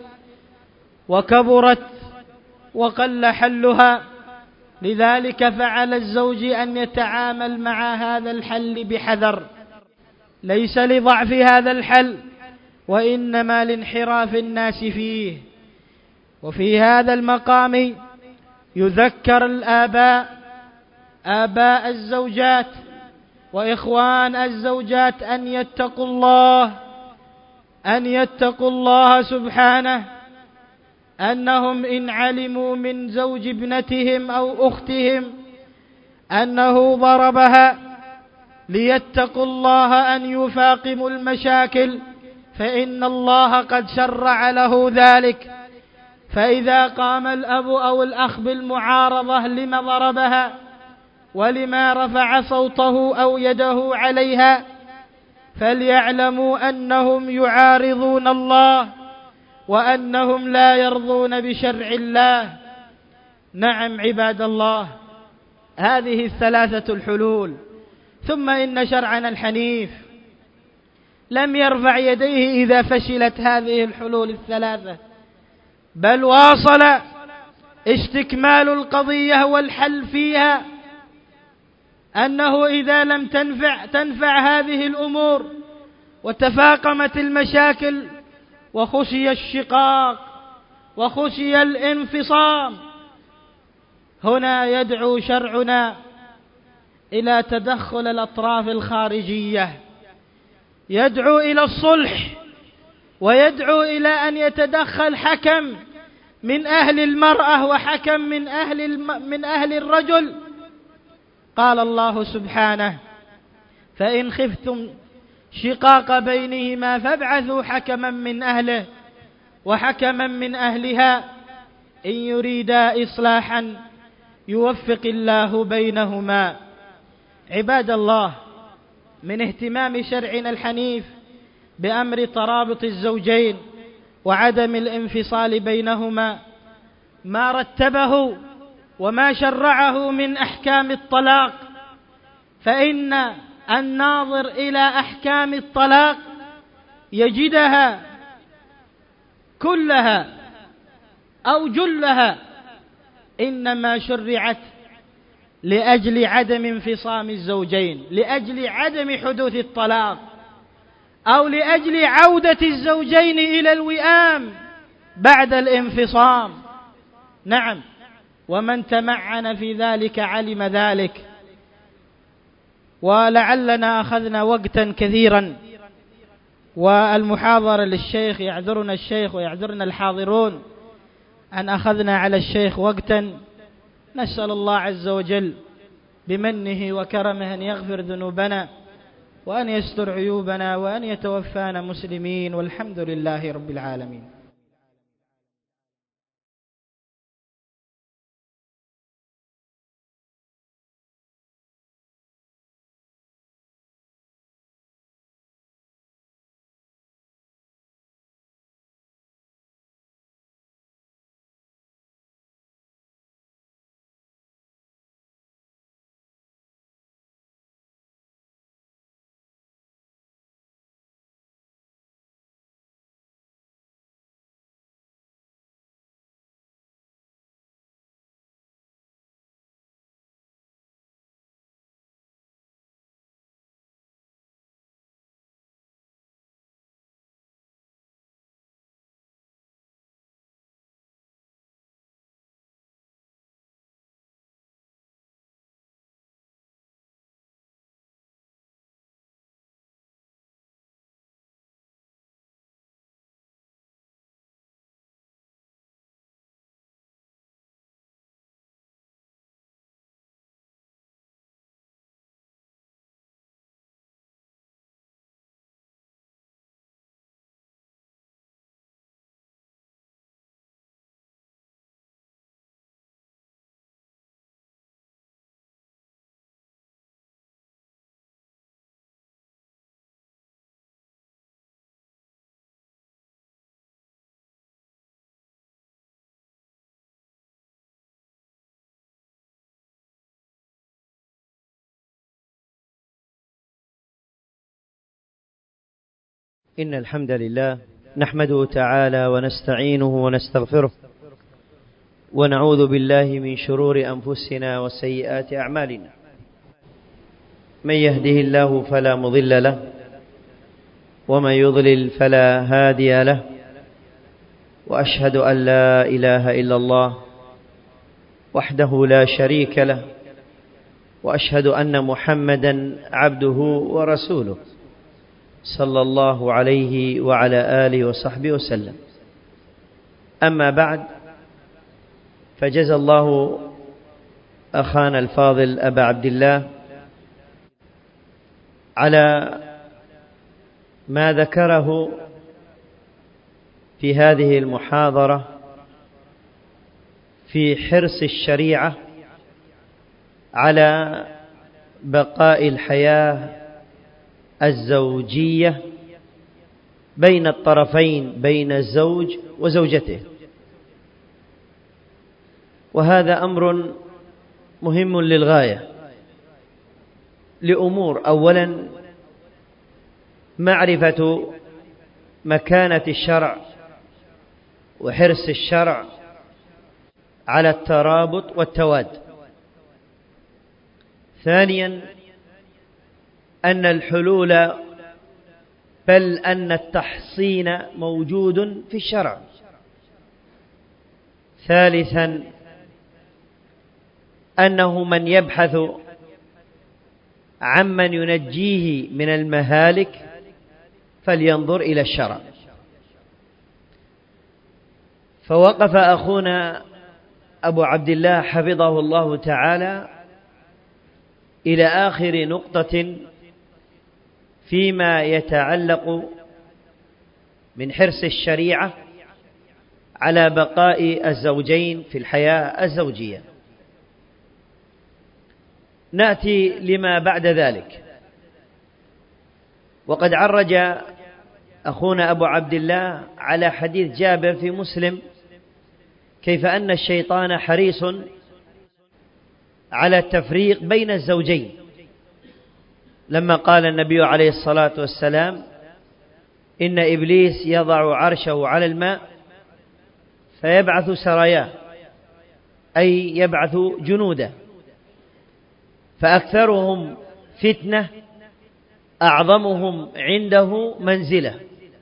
وكبرت وقل حلها. لذلك فعلى الزوج أن يتعامل مع هذا الحل بحذر، ليس لضعف هذا الحل وإنما لانحراف الناس فيه. وفي هذا المقام يذكر الآباء آباء الزوجات وإخوان الزوجات أن يتقوا الله أن يتقوا الله سبحانه، أنهم إن علموا من زوج ابنتهم أو أختهم أنه ضربها ليتقوا الله أن يفاقموا المشاكل، فإن الله قد شرع له ذلك. فإذا قام الأب أو الأخ بالمعارضة لما ضربها ولما رفع صوته أو يده عليها، فليعلموا أنهم يعارضون الله وأنهم لا يرضون بشرع الله. نعم عباد الله، هذه الثلاثة الحلول. ثم إن شرعنا الحنيف لم يرفع يديه إذا فشلت هذه الحلول الثلاثة، بل واصل استكمال القضية والحل فيها، أنه إذا لم تنفع تنفع هذه الأمور وتفاقمت المشاكل وخشي الشقاق وخشي الانفصام، هنا يدعو شرعنا إلى تدخل الأطراف الخارجية، يدعو إلى الصلح، ويدعو إلى أن يتدخل حكم من أهل المرأة وحكم من أهل الم... من أهل الرجل. قال الله سبحانه: فإن خفتم شقاق بينهما فابعثوا حكما من أهله وحكما من أهلها إن يريدا إصلاحا يوفق الله بينهما. عباد الله، من اهتمام شرعنا الحنيف بأمر ترابط الزوجين وعدم الانفصال بينهما ما رتبه وما شرعه من أحكام الطلاق. فإن الناظر إلى أحكام الطلاق يجدها كلها أو جلها إنما شرعت لأجل عدم انفصام الزوجين، لأجل عدم حدوث الطلاق، أو لأجل عودة الزوجين إلى الوئام بعد الانفصام. نعم، ومن تمعن في ذلك علم ذلك. ولعلنا أخذنا وقتا كثيرا، والمحاضرة للشيخ يعذرنا الشيخ ويعذرنا الحاضرون أن أخذنا على الشيخ وقتا. نسأل الله عز وجل بمنه وكرمه أن يغفر ذنوبنا وأن يستر عيوبنا وأن يتوفانا مسلمين، والحمد لله رب العالمين. إن الحمد لله نحمده تعالى ونستعينه ونستغفره ونعوذ بالله من شرور أنفسنا وسيئات أعمالنا. من يهده الله فلا مضل له ومن يضلل فلا هادي له، وأشهد أن لا إله إلا الله وحده لا شريك له، وأشهد أن محمدا عبده ورسوله صلى الله عليه وعلى آله وصحبه وسلم. أما بعد، فجزى الله أخانا الفاضل أبا عبد الله على ما ذكره في هذه المحاضرة في حرص الشريعة على بقاء الحياة الزوجية بين الطرفين، بين الزوج وزوجته. وهذا أمر مهم للغاية لأمور: أولا، معرفة مكانة الشرع وحرص الشرع على الترابط والتواد. ثانيا، أن الحلول بل أن التحصين موجود في الشرع. ثالثا، أنه من يبحث عمن ينجيه من المهالك فلينظر إلى الشرع. فوقف أخونا أبو عبد الله حفظه الله تعالى إلى آخر نقطة فيما يتعلق من حرص الشريعة على بقاء الزوجين في الحياة الزوجية. نأتي لما بعد ذلك. وقد عرج أخونا أبو عبد الله على حديث جابر في مسلم كيف أن الشيطان حريص على التفريق بين الزوجين، لما قال النبي عليه الصلاة والسلام: إن إبليس يضع عرشه على الماء فيبعث سراياه، أي يبعث جنوده، فأكثرهم فتنة أعظمهم عنده منزلة،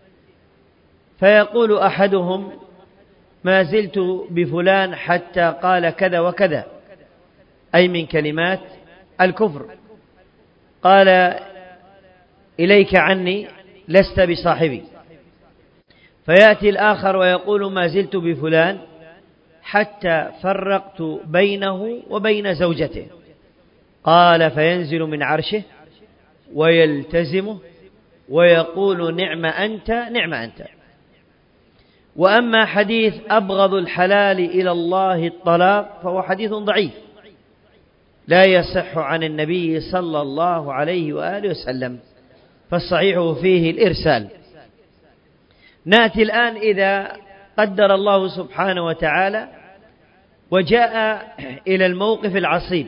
فيقول أحدهم: ما زلت بفلان حتى قال كذا وكذا، أي من كلمات الكفر. قال: إليك عني لست بصاحبي. فيأتي الآخر ويقول: ما زلت بفلان حتى فرقت بينه وبين زوجته. قال: فينزل من عرشه ويلتزمه ويقول: نعم أنت نعم أنت. وأما حديث أبغض الحلال إلى الله الطلاق فهو حديث ضعيف لا يصح عن النبي صلى الله عليه وآله وسلم، فالصحيح فيه الإرسال. نأتي الآن إذا قدر الله سبحانه وتعالى وجاء إلى الموقف العصيب،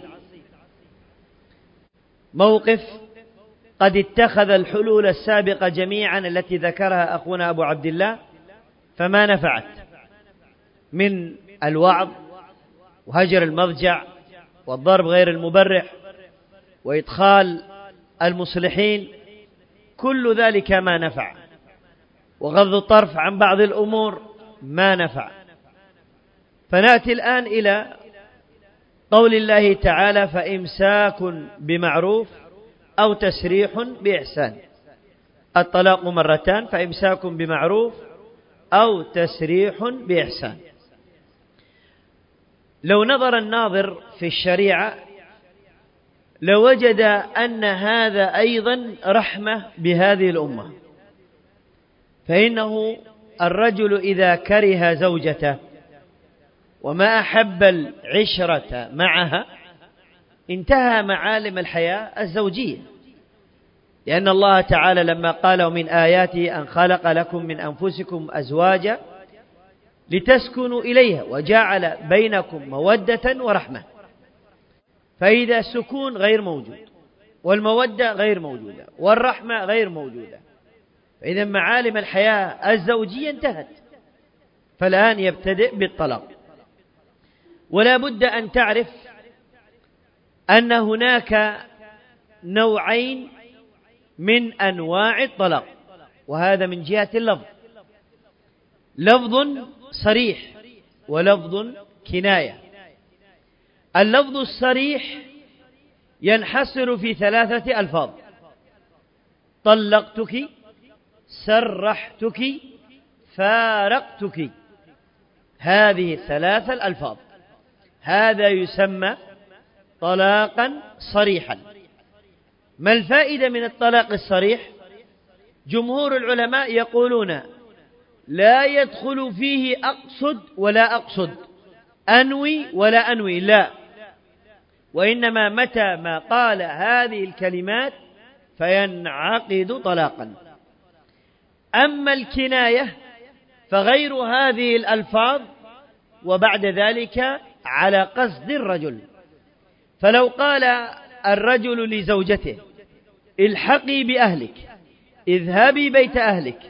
موقف قد اتخذ الحلول السابقة جميعا التي ذكرها أخونا أبو عبد الله فما نفعت، من الوعظ وهجر المضجع والضرب غير المبرح وإدخال المصلحين، كل ذلك ما نفع، وغض الطرف عن بعض الأمور ما نفع. فنأتي الآن إلى قول الله تعالى: فإمساك بمعروف أو تسريح بإحسان. الطلاق مرتان: فإمساك بمعروف أو تسريح بإحسان. لو نظر الناظر في الشريعة لوجد أن هذا أيضا رحمة بهذه الأمة، فإنه الرجل إذا كره زوجته وما أحب العشرة معها انتهى معالم الحياة الزوجية، لأن الله تعالى لما قال: ومن آياته أن خلق لكم من أنفسكم أزواجا لتسكنوا إليها وجعل بينكم مودة ورحمة. فإذا السكون غير موجود والمودة غير موجودة والرحمة غير موجودة، فإذا معالم الحياة الزوجية انتهت، فالآن يبتدئ بالطلاق. ولا بد أن تعرف أن هناك نوعين من أنواع الطلاق، وهذا من جهة اللفظ: لفظ صريح ولفظ كناية. اللفظ الصريح ينحصر في ثلاثة ألفاظ: طلقتك، سرحتك، فارقتك. هذه الثلاثة الألفاظ، هذا يسمى طلاقا صريحا. ما الفائدة من الطلاق الصريح؟ جمهور العلماء يقولون لا يدخل فيه أقصد ولا أقصد، أنوي ولا أنوي، لا، وإنما متى ما قال هذه الكلمات فينعقد طلاقا. أما الكناية فغير هذه الألفاظ، وبعد ذلك على قصد الرجل. فلو قال الرجل لزوجته: الحقي بأهلك، اذهبي بيت أهلك،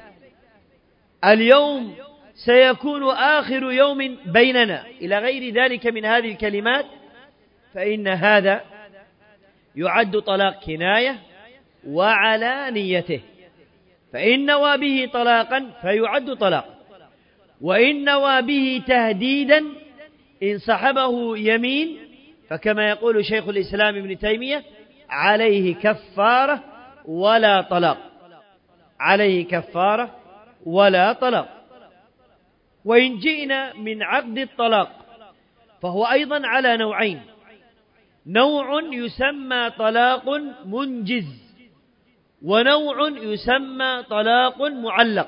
اليوم سيكون آخر يوم بيننا، إلى غير ذلك من هذه الكلمات، فإن هذا يعد طلاق كناية وعلى نيته. فإن نوى به طلاقا فيعد طلاق، وإن نوى به تهديدا إن صحبه يمين، فكما يقول شيخ الإسلام ابن تيمية: عليه كفارة ولا طلاق، عليه كفارة ولا طلاق. وإن جئنا من عقد الطلاق فهو أيضا على نوعين: نوع يسمى طلاق منجز، ونوع يسمى طلاق معلق.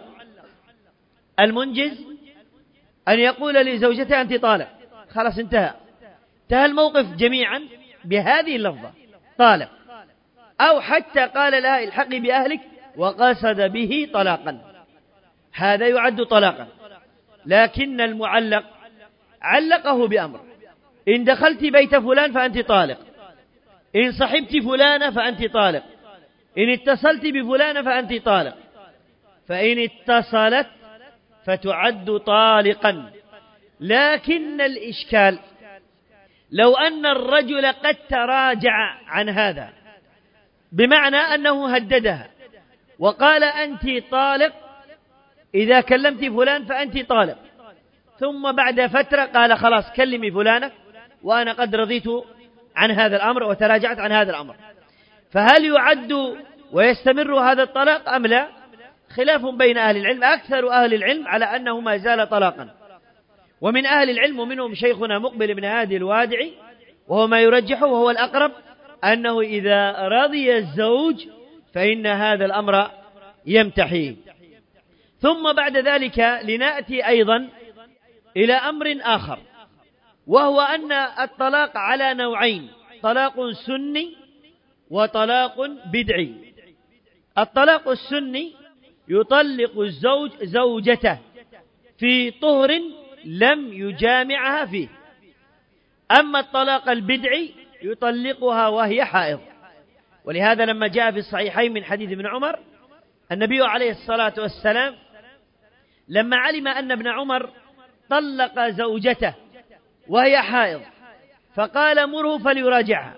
المنجز أن يقول لزوجته: أنت طالق، خلاص انتهى، انتهى الموقف جميعا بهذه اللفظة، طالق. أو حتى قال لها: الحقي بأهلك، وقصد به طلاقا، هذا يعد طلاقا. لكن المعلق علقه بأمر: إن دخلت بيت فلان فأنت طالق، إن صحبت فلانة فأنت طالق، إن اتصلت بفلانة فأنت طالق. فإن اتصلت فتعد طالقا. لكن الإشكال لو أن الرجل قد تراجع عن هذا، بمعنى أنه هددها وقال: أنت طالق، إذا كلمت فلان فأنت طالق، ثم بعد فترة قال: خلاص كلمي فلانة وأنا قد رضيت عن هذا الأمر وتراجعت عن هذا الأمر، فهل يعد ويستمر هذا الطلاق أم لا؟ خلاف بين أهل العلم. أكثر أهل العلم على أنه ما زال طلاقا، ومن أهل العلم ومنهم شيخنا مقبل بن هادي الوادعي، وهو ما يرجحه وهو الأقرب، أنه إذا رضي الزوج فإن هذا الأمر يمتحي. ثم بعد ذلك لنأتي أيضا إلى أمر آخر، وهو أن الطلاق على نوعين: طلاق سني وطلاق بدعي. الطلاق السني يطلق الزوج زوجته في طهر لم يجامعها فيه. أما الطلاق البدعي يطلقها وهي حائض. ولهذا لما جاء في الصحيحين من حديث ابن عمر، النبي عليه الصلاة والسلام لما علم أن ابن عمر طلق زوجته وهي حائض فقال: مره فليراجعها،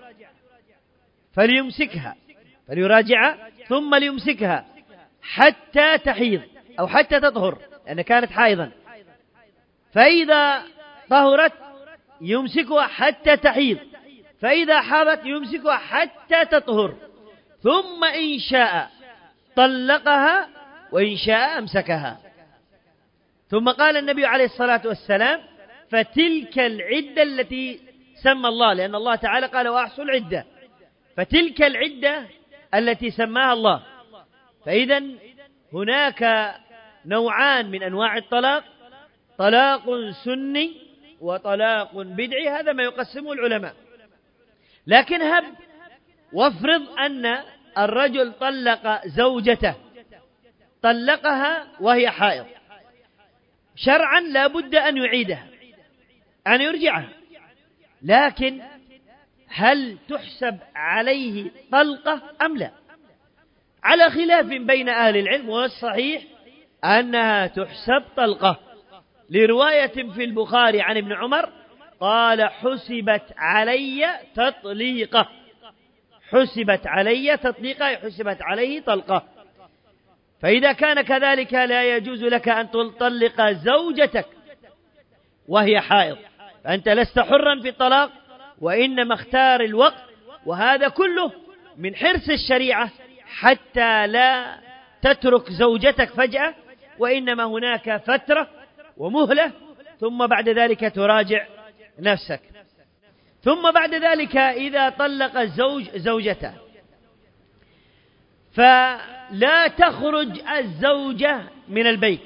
فليمسكها، فليراجعها ثم ليمسكها حتى تحيض أو حتى تطهر، لأن كانت حائضا، فإذا طهرت يمسكها حتى تحيض، فإذا حاضت يمسكها حتى تطهر، ثم إن شاء طلقها وإن شاء أمسكها. ثم قال النبي عليه الصلاة والسلام: فتلك العدة التي سمى الله، لأن الله تعالى قال: وأحصوا العدة، فتلك العدة التي سماها الله. فإذا هناك نوعان من أنواع الطلاق: طلاق سني وطلاق بدعي، هذا ما يقسمه العلماء. لكن هب وافرض أن الرجل طلق زوجته، طلقها وهي حائض، شرعا لا بد أن يعيدها، أن يرجعها، لكن هل تحسب عليه طلقة أم لا؟ على خلاف بين أهل العلم، والصحيح أنها تحسب طلقة، لرواية في البخاري عن ابن عمر قال حسبت علي تطليقة، حسبت علي تطليقة، حسبت عليه طلقة. فإذا كان كذلك لا يجوز لك أن تطلق زوجتك وهي حائض، فأنت لست حرا في الطلاق، وإنما اختار الوقت، وهذا كله من حرص الشريعة حتى لا تترك زوجتك فجأة، وإنما هناك فترة ومهلة، ثم بعد ذلك تراجع نفسك. ثم بعد ذلك إذا طلق الزوج زوجته فلا تخرج الزوجة من البيت.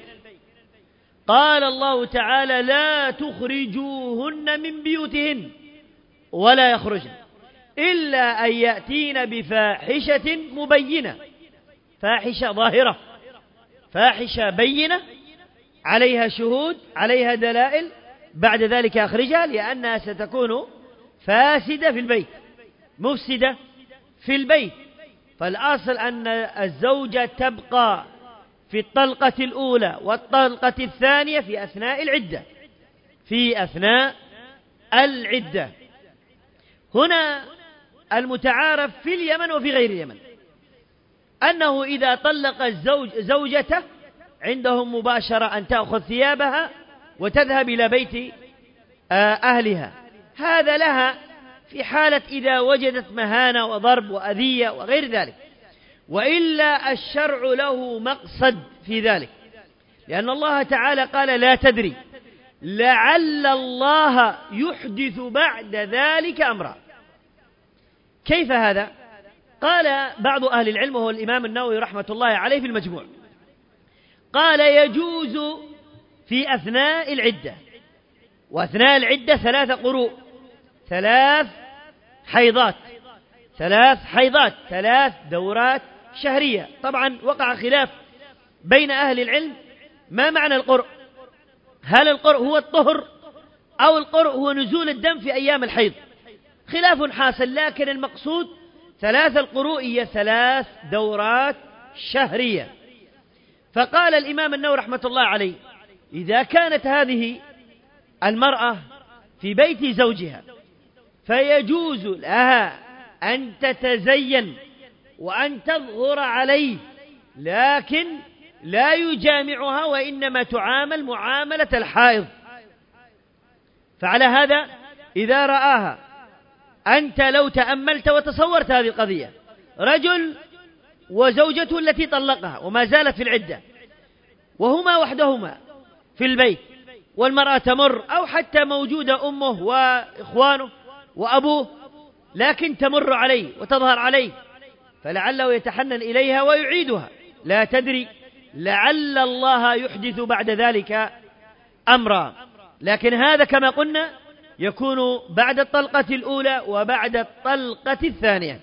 قال الله تعالى لا تخرجوهن من بيوتهن ولا يخرجن إلا أن يأتين بفاحشة مبينة، فاحشة ظاهرة، فاحشة بينة عليها شهود، عليها دلائل، بعد ذلك أخرجها، لأنها ستكون فاسدة في البيت، مفسدة في البيت. فالأصل أن الزوجة تبقى في الطلقة الأولى والطلقة الثانية في أثناء العدة، في أثناء العدة. هنا المتعارف في اليمن وفي غير اليمن أنه إذا طلق الزوج زوجته عندهم مباشرة أن تأخذ ثيابها وتذهب إلى بيت أهلها. هذا لها في حالة إذا وجدت مهانة وضرب وأذية وغير ذلك، وإلا الشرع له مقصد في ذلك، لأن الله تعالى قال لا تدري لعل الله يحدث بعد ذلك أمرا. كيف هذا؟ قال بعض أهل العلم وهو الإمام النووي رحمة الله عليه في المجموع، قال يجوز في أثناء العدة، وأثناء العدة ثلاث قروء، ثلاث حيضات، ثلاث حيضات، ثلاث دورات شهرية. طبعا وقع خلاف بين أهل العلم ما معنى القرء، هل القرء هو الطهر أو القرء هو نزول الدم في أيام الحيض؟ خلاف حاصل، لكن المقصود ثلاث القروء هي ثلاث دورات شهرية. فقال الإمام النووي رحمة الله عليه إذا كانت هذه المرأة في بيت زوجها فيجوز لها أن تتزين وأن تظهر عليه، لكن لا يجامعها، وإنما تعامل معاملة الحائض. فعلى هذا إذا رآها، أنت لو تأملت وتصورت هذه القضية، رجل وزوجته التي طلقها وما زالت في العدة وهما وحدهما في البيت، والمرأة تمر أو حتى موجودة أمه وإخوانه وأبوه، لكن تمر عليه وتظهر عليه، فلعله يتحنن إليها ويعيدها، لا تدري لعل الله يحدث بعد ذلك أمرا. لكن هذا كما قلنا يكون بعد الطلقة الأولى وبعد الطلقة الثانية.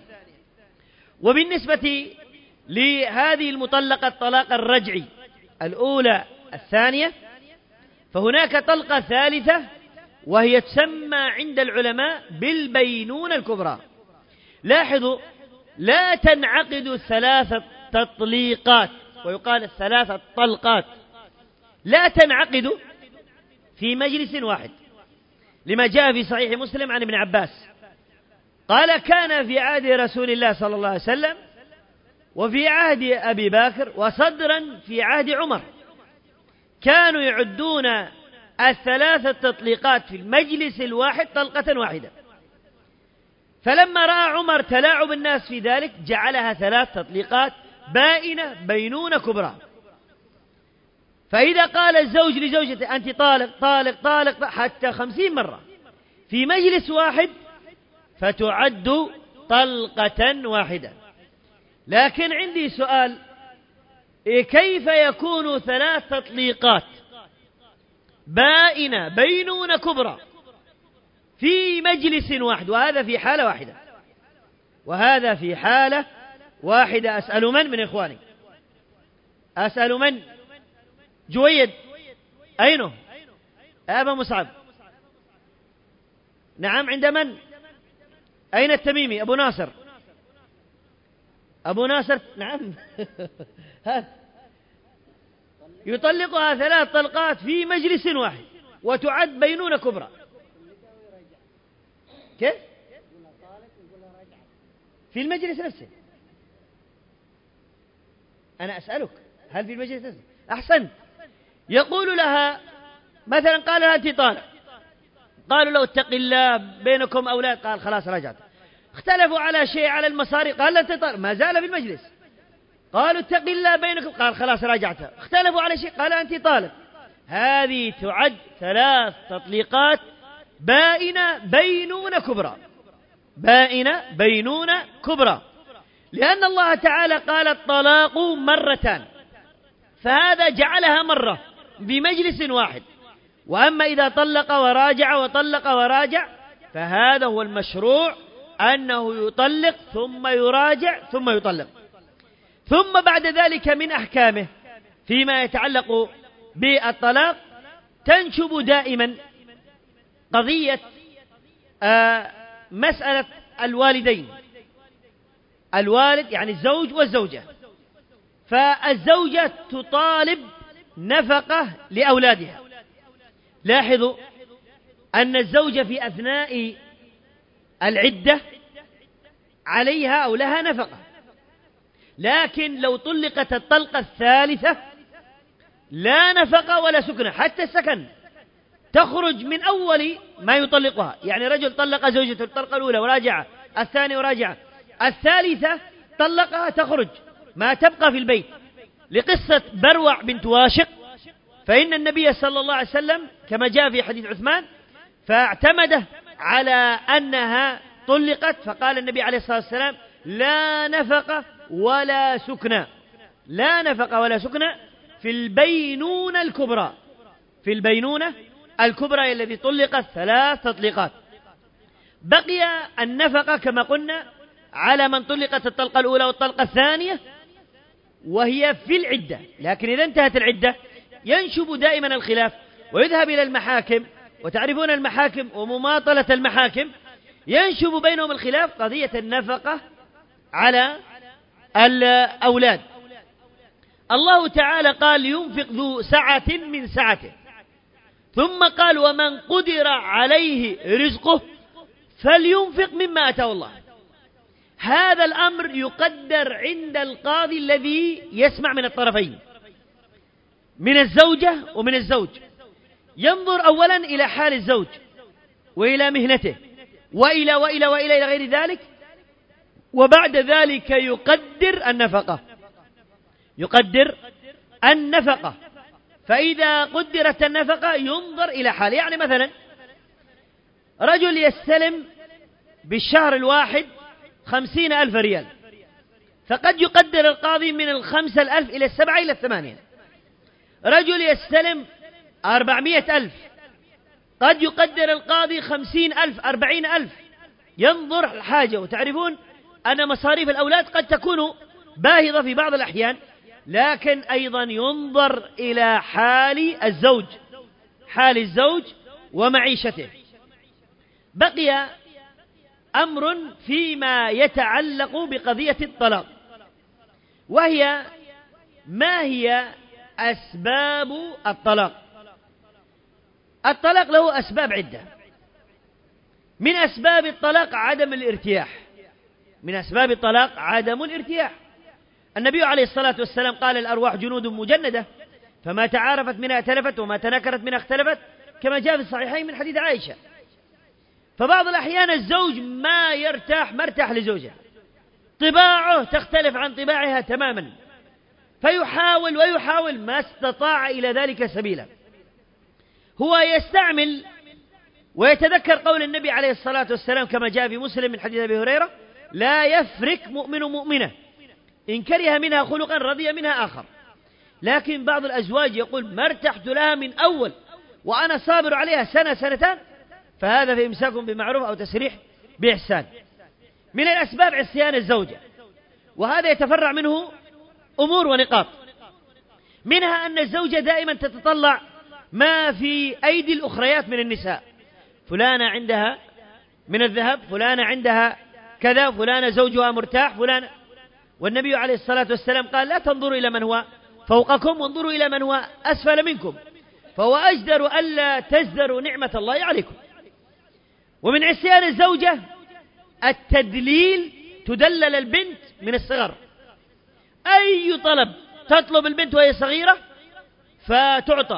وبالنسبة لهذه المطلقة الطلاق الرجعي الأولى الثانية، فهناك طلقة ثالثة وهي تسمى عند العلماء بالبينونة الكبرى. لاحظوا لا تنعقد الثلاثة تطليقات، ويقال الثلاثة طلقات، لا تنعقد في مجلس واحد، لما جاء في صحيح مسلم عن ابن عباس قال كان في عهد رسول الله صلى الله عليه وسلم وفي عهد أبي بكر وصدرا في عهد عمر كانوا يعدون الثلاثة تطليقات في المجلس الواحد طلقة واحدة، فلما رأى عمر تلاعب الناس في ذلك جعلها ثلاث تطليقات بائنة بينونة كبرى. فإذا قال الزوج لزوجته أنت طالق طالق طالق حتى خمسين مرة في مجلس واحد فتعد طلقة واحدة. لكن عندي سؤال، كيف يكون ثلاث تطليقات بائنة بينونة كبرى في مجلس واحد، وهذا في حالة واحدة، وهذا في حالة واحدة؟ أسأل من من إخواني، أسأل من؟ جويد أينه؟ أبا مصعب، نعم. عند من؟ أين التميمي؟ أبو ناصر، أبو ناصر نعم يطلقها ثلاث طلقات في مجلس واحد وتعد بينونة كبرى. كيف؟ في المجلس نفسه. أنا أسألك هل في المجلس نفسه؟ أحسنت. يقول لها مثلا قال لها أنت طالق، قالوا له اتق الله بينكم أولاد، قال خلاص رجعت. اختلفوا على شيء على المصاري، قال لا تطالق، ما زال في المجلس. قالوا اتق الله بينكم، قال خلاص راجعت. اختلفوا على شيء، قال أنت طالق. هذه تعد ثلاث تطليقات بائنة بينونة كبرى، بائنة بينونة كبرى، لأن الله تعالى قال الطلاق مرتان، فهذا جعلها مرة بمجلس واحد. وأما إذا طلق وراجع وطلق وراجع فهذا هو المشروع، أنه يطلق ثم يراجع ثم يطلق. ثم بعد ذلك من أحكامه فيما يتعلق بالطلاق تنشب دائما قضية آه مسألة الوالدين، الوالد يعني الزوج والزوجة. فالزوجة تطالب نفقة لأولادها. لاحظوا أن الزوجة في أثناء العدة عليها أو لها نفقة، لكن لو طلقت الطلقة الثالثة لا نفقة ولا سكنة، حتى السكن تخرج من أول ما يطلقها. يعني رجل طلق زوجته الطلقة الأولى وراجع، الثانية وراجع، الثالثة طلقها تخرج، ما تبقى في البيت. لقصة بروع بنت واشق، فإن النبي صلى الله عليه وسلم كما جاء في حديث عثمان فاعتمده على أنها طلقت، فقال النبي عليه الصلاة والسلام لا نفقة ولا سكنى، لا نفقة ولا سكنى في البينونة الكبرى، في البينونة الكبرى التي طلقت ثلاث تطليقات. بقي النفقة كما قلنا على من طلقت الطلقة الأولى والطلقة الثانية وهي في العدة. لكن إذا انتهت العدة ينشب دائما الخلاف ويذهب إلى المحاكم، وتعرفون المحاكم ومماطلة المحاكم، ينشب بينهم الخلاف قضية النفقة على الأولاد. الله تعالى قال ينفق ذو سعة من سعته، ثم قال ومن قدر عليه رزقه فلينفق مما أتاه الله. هذا الأمر يقدر عند القاضي الذي يسمع من الطرفين، من الزوجة ومن الزوج. ينظر أولا إلى حال الزوج وإلى مهنته وإلى وإلى وإلى إلى غير ذلك، وبعد ذلك يقدر النفقة، يقدر النفقة. فإذا قدرت النفقة ينظر إلى حال. يعني مثلا رجل يستلم بالشهر الواحد خمسين ألف ريال، فقد يقدر القاضي من الخمسة الألف إلى السبعة إلى الثمانية. رجل يستلم أربعمائة ألف، قد يقدر القاضي خمسين ألف أربعين ألف. ينظر الحاجة، وتعرفون أن مصاريف الأولاد قد تكون باهظة في بعض الأحيان، لكن أيضا ينظر إلى حال الزوج، حال الزوج ومعيشته. بقي أمر فيما يتعلق بقضية الطلاق، وهي ما هي أسباب الطلاق. الطلاق له أسباب عدة. من أسباب الطلاق عدم الارتياح، من أسباب الطلاق عدم الارتياح. النبي عليه الصلاة والسلام قال الأرواح جنود مجندة، فما تعارفت منها ائتلفت وما تناكرت منها اختلفت، كما جاء في الصحيحين من حديث عائشة. فبعض الأحيان الزوج ما يرتاح مرتاح لزوجه، طباعه تختلف عن طباعها تماما، فيحاول ويحاول ما استطاع إلى ذلك سبيلا. هو يستعمل ويتذكر قول النبي عليه الصلاة والسلام كما جاء في مسلم من حديث أبي هريرة لا يفرك مؤمن مؤمنة إن كره منها خلقا رضي منها آخر. لكن بعض الأزواج يقول ما ارتحت لها من أول وأنا صابر عليها سنة سنتان، فهذا في إمساك بمعروف أو تسريح بإحسان. من الأسباب عصيان الزوجة، وهذا يتفرع منه أمور ونقاط. منها أن الزوجة دائما تتطلع ما في أيدي الأخريات من النساء، فلانة عندها من الذهب، فلانة عندها كذا، فلانة زوجها مرتاح، فلانة. والنبي عليه الصلاة والسلام قال لا تنظروا إلى من هو فوقكم وانظروا إلى من هو أسفل منكم، فهو أجدر ألا تزدروا نعمة الله عليكم. ومن عصيان الزوجة التدليل، تدلل البنت من الصغر، أي طلب تطلب البنت وهي صغيرة فتعطى،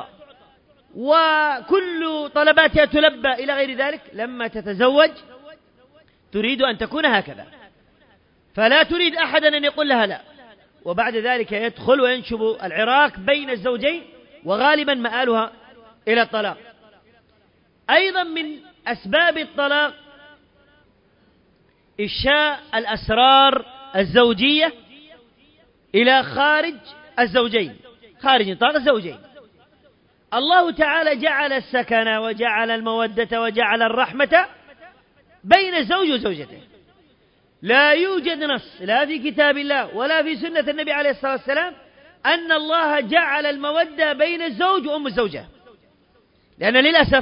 وكل طلباتها تلبى إلى غير ذلك. لما تتزوج تريد أن تكون هكذا، فلا تريد أحدا أن يقول لها لا، وبعد ذلك يدخل وينشب العراك بين الزوجين، وغالبا مآلها إلى الطلاق. أيضا من أسباب الطلاق إفشاء الأسرار الزوجية إلى خارج الزوجين، خارج نطاق الزوجين. الله تعالى جعل السكن وجعل المودة وجعل الرحمة بين الزوج وزوجته. لا يوجد نص لا في كتاب الله ولا في سنة النبي عليه الصلاة والسلام أن الله جعل المودة بين الزوج وأم الزوجة، لأن للأسف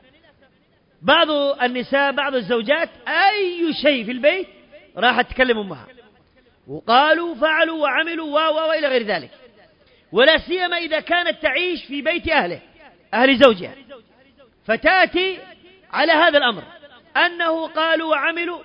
بعض النساء بعض الزوجات أي شيء في البيت راح تكلم أمها، وقالوا فعلوا وعملوا و وإلى غير ذلك، ولا سيما إذا كانت تعيش في بيت أهله أهل زوجها، فتأتي على هذا الأمر أنه قالوا وعملوا،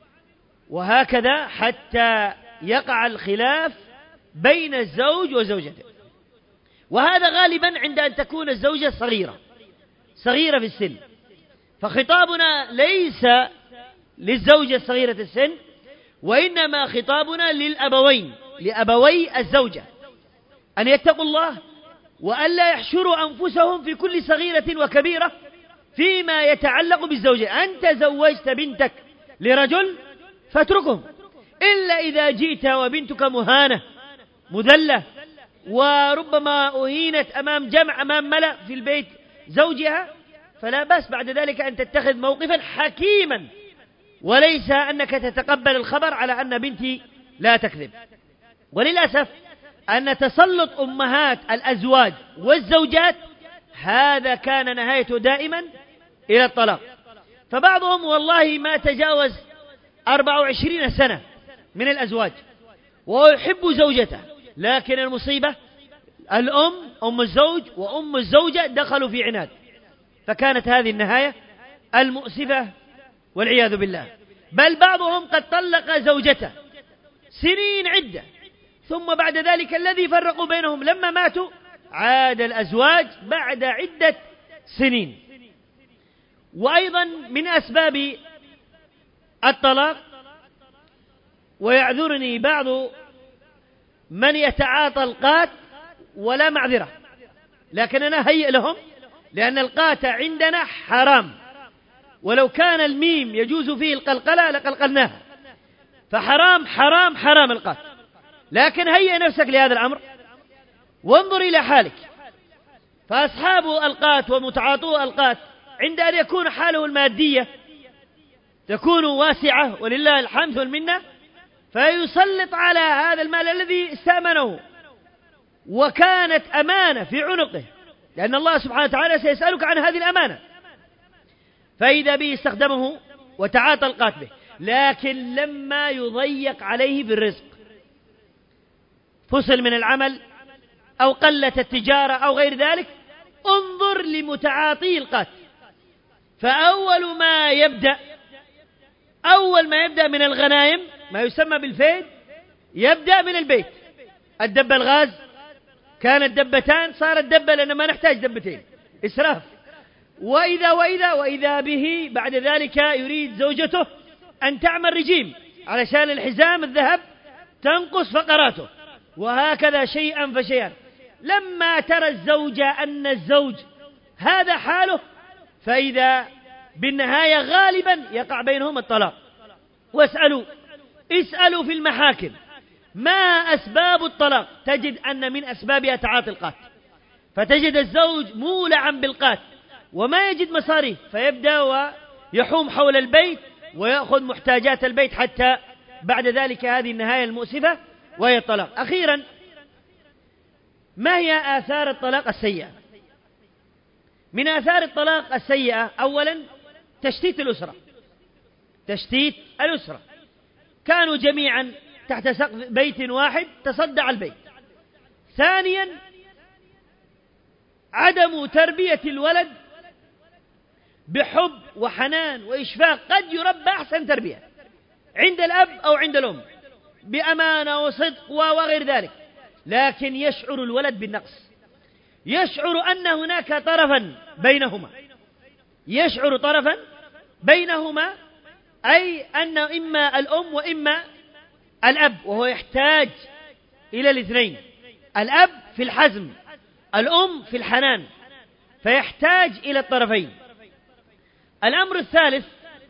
وهكذا حتى يقع الخلاف بين الزوج وزوجته. وهذا غالبا عند أن تكون الزوجة صغيرة صغيرة في السن، فخطابنا ليس للزوجة صغيرة السن، وإنما خطابنا للأبوين لأبوي الزوجة أن يتقوا الله وألا يحشروا أنفسهم في كل صغيرة وكبيرة فيما يتعلق بالزوجة. أنت زوجت بنتك لرجل فاتركهم، إلا إذا جئت وبنتك مهانة مذلة وربما أهينت أمام جمع أمام ملأ في البيت زوجها، فلا بأس بعد ذلك أن تتخذ موقفا حكيما، وليس أنك تتقبل الخبر على أن بنتي لا تكذب. وللأسف أن تسلط أمهات الأزواج والزوجات هذا كان نهايته دائما إلى الطلاق. فبعضهم والله ما تجاوز أربع وعشرين سنة من الأزواج وهو يحب زوجته، لكن المصيبة الأم أم الزوج وأم الزوجة دخلوا في عناد، فكانت هذه النهاية المؤسفة والعياذ بالله. بل بعضهم قد طلق زوجته سنين عدة، ثم بعد ذلك الذي فرقوا بينهم لما ماتوا عاد الأزواج بعد عدة سنين. وأيضا من أسباب الطلاق، ويعذرني بعض من يتعاطى القات ولا معذرة، لكن أنا هيئ لهم، لأن القات عندنا حرام، ولو كان الميم يجوز فيه القلقلة لقلقلناها، فحرام حرام حرام القات. لكن هيئ نفسك لهذا الأمر وانظر إلى حالك. فأصحاب القات ومتعاطو القات عند أن يكون حاله المادية تكون واسعة ولله الحمد والمنة، فيسلط على هذا المال الذي استأمنه وكانت أمانة في عنقه، لأن الله سبحانه وتعالى سيسألك عن هذه الأمانة، فإذا به استخدمه وتعاطى القات به. لكن لما يضيق عليه بالرزق، فصل من العمل أو قلت التجارة أو غير ذلك، انظر لمتعاطي القات. فأول ما يبدأ أول ما يبدأ من الغنائم ما يسمى بالفيد، يبدأ من البيت. الدب الغاز كانت دبتان صارت دبة، لأن ما نحتاج دبتين، إسراف. وإذا وإذا وإذا به بعد ذلك يريد زوجته أن تعمل رجيم علشان الحزام الذهب تنقص فقراته، وهكذا شيئا فشيئا. لما ترى الزوجة أن الزوج هذا حاله، فإذا بالنهاية غالبا يقع بينهم الطلاق. واسألوا اسألوا في المحاكم ما أسباب الطلاق، تجد أن من أسبابها تعاطي القات، فتجد الزوج مولعا بالقات وما يجد مصاريف، فيبدأ ويحوم حول البيت ويأخذ محتاجات البيت، حتى بعد ذلك هذه النهاية المؤسفة وهي الطلاق. أخيرا، ما هي آثار الطلاق السيئة؟ من آثار الطلاق السيئة أولا تشتيت الأسرة. تشتيت الأسرة، كانوا جميعا تحت سقف بيت واحد تصدع البيت. ثانيا عدم تربية الولد بحب وحنان وإشفاق، قد يربى أحسن تربية عند الأب أو عند الأم بأمانة وصدق وغير ذلك، لكن يشعر الولد بالنقص، يشعر أن هناك طرفا بينهما، يشعر طرفا بينهما أي أن إما الأم وإما الأب، وهو يحتاج إلى الاثنين، الأب في الحزم، الأم في الحنان، فيحتاج إلى الطرفين. الأمر الثالث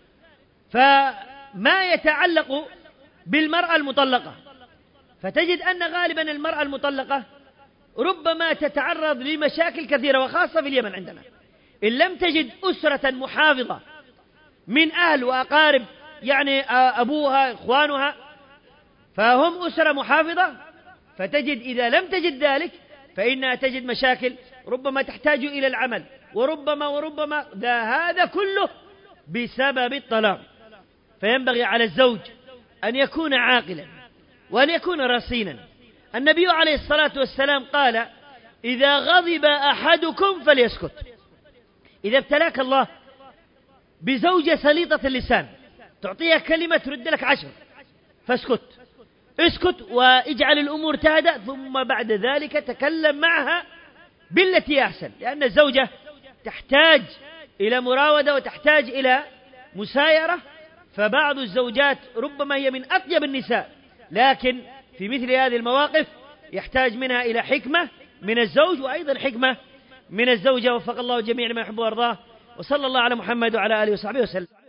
فما يتعلق بالمرأة المطلقة، فتجد أن غالبا المرأة المطلقة ربما تتعرض لمشاكل كثيرة، وخاصة في اليمن عندنا إن لم تجد أسرة محافظة من أهل وأقارب، يعني أبوها إخوانها فهم أسرة محافظة، فتجد إذا لم تجد ذلك فإنها تجد مشاكل، ربما تحتاج إلى العمل، وربما وربما هذا كله بسبب الطلاق. فينبغي على الزوج أن يكون عاقلا وأن يكون رصينا. النبي عليه الصلاة والسلام قال: إذا غضب أحدكم فليسكت. إذا ابتلاك الله بزوجة سليطة اللسان تعطيها كلمة ترد لك عشر، فاسكت، اسكت واجعل الأمور تهدأ، ثم بعد ذلك تكلم معها بالتي أحسن، لأن الزوجة تحتاج إلى مراودة وتحتاج إلى مسايرة. فبعض الزوجات ربما هي من أطيب النساء، لكن في مثل هذه المواقف يحتاج منها إلى حكمة من الزوج، وأيضا حكمة من الزوجة. وفق الله جميع ما يحب ويرضاه، وصلى الله على محمد وعلى آله وصحبه وسلم.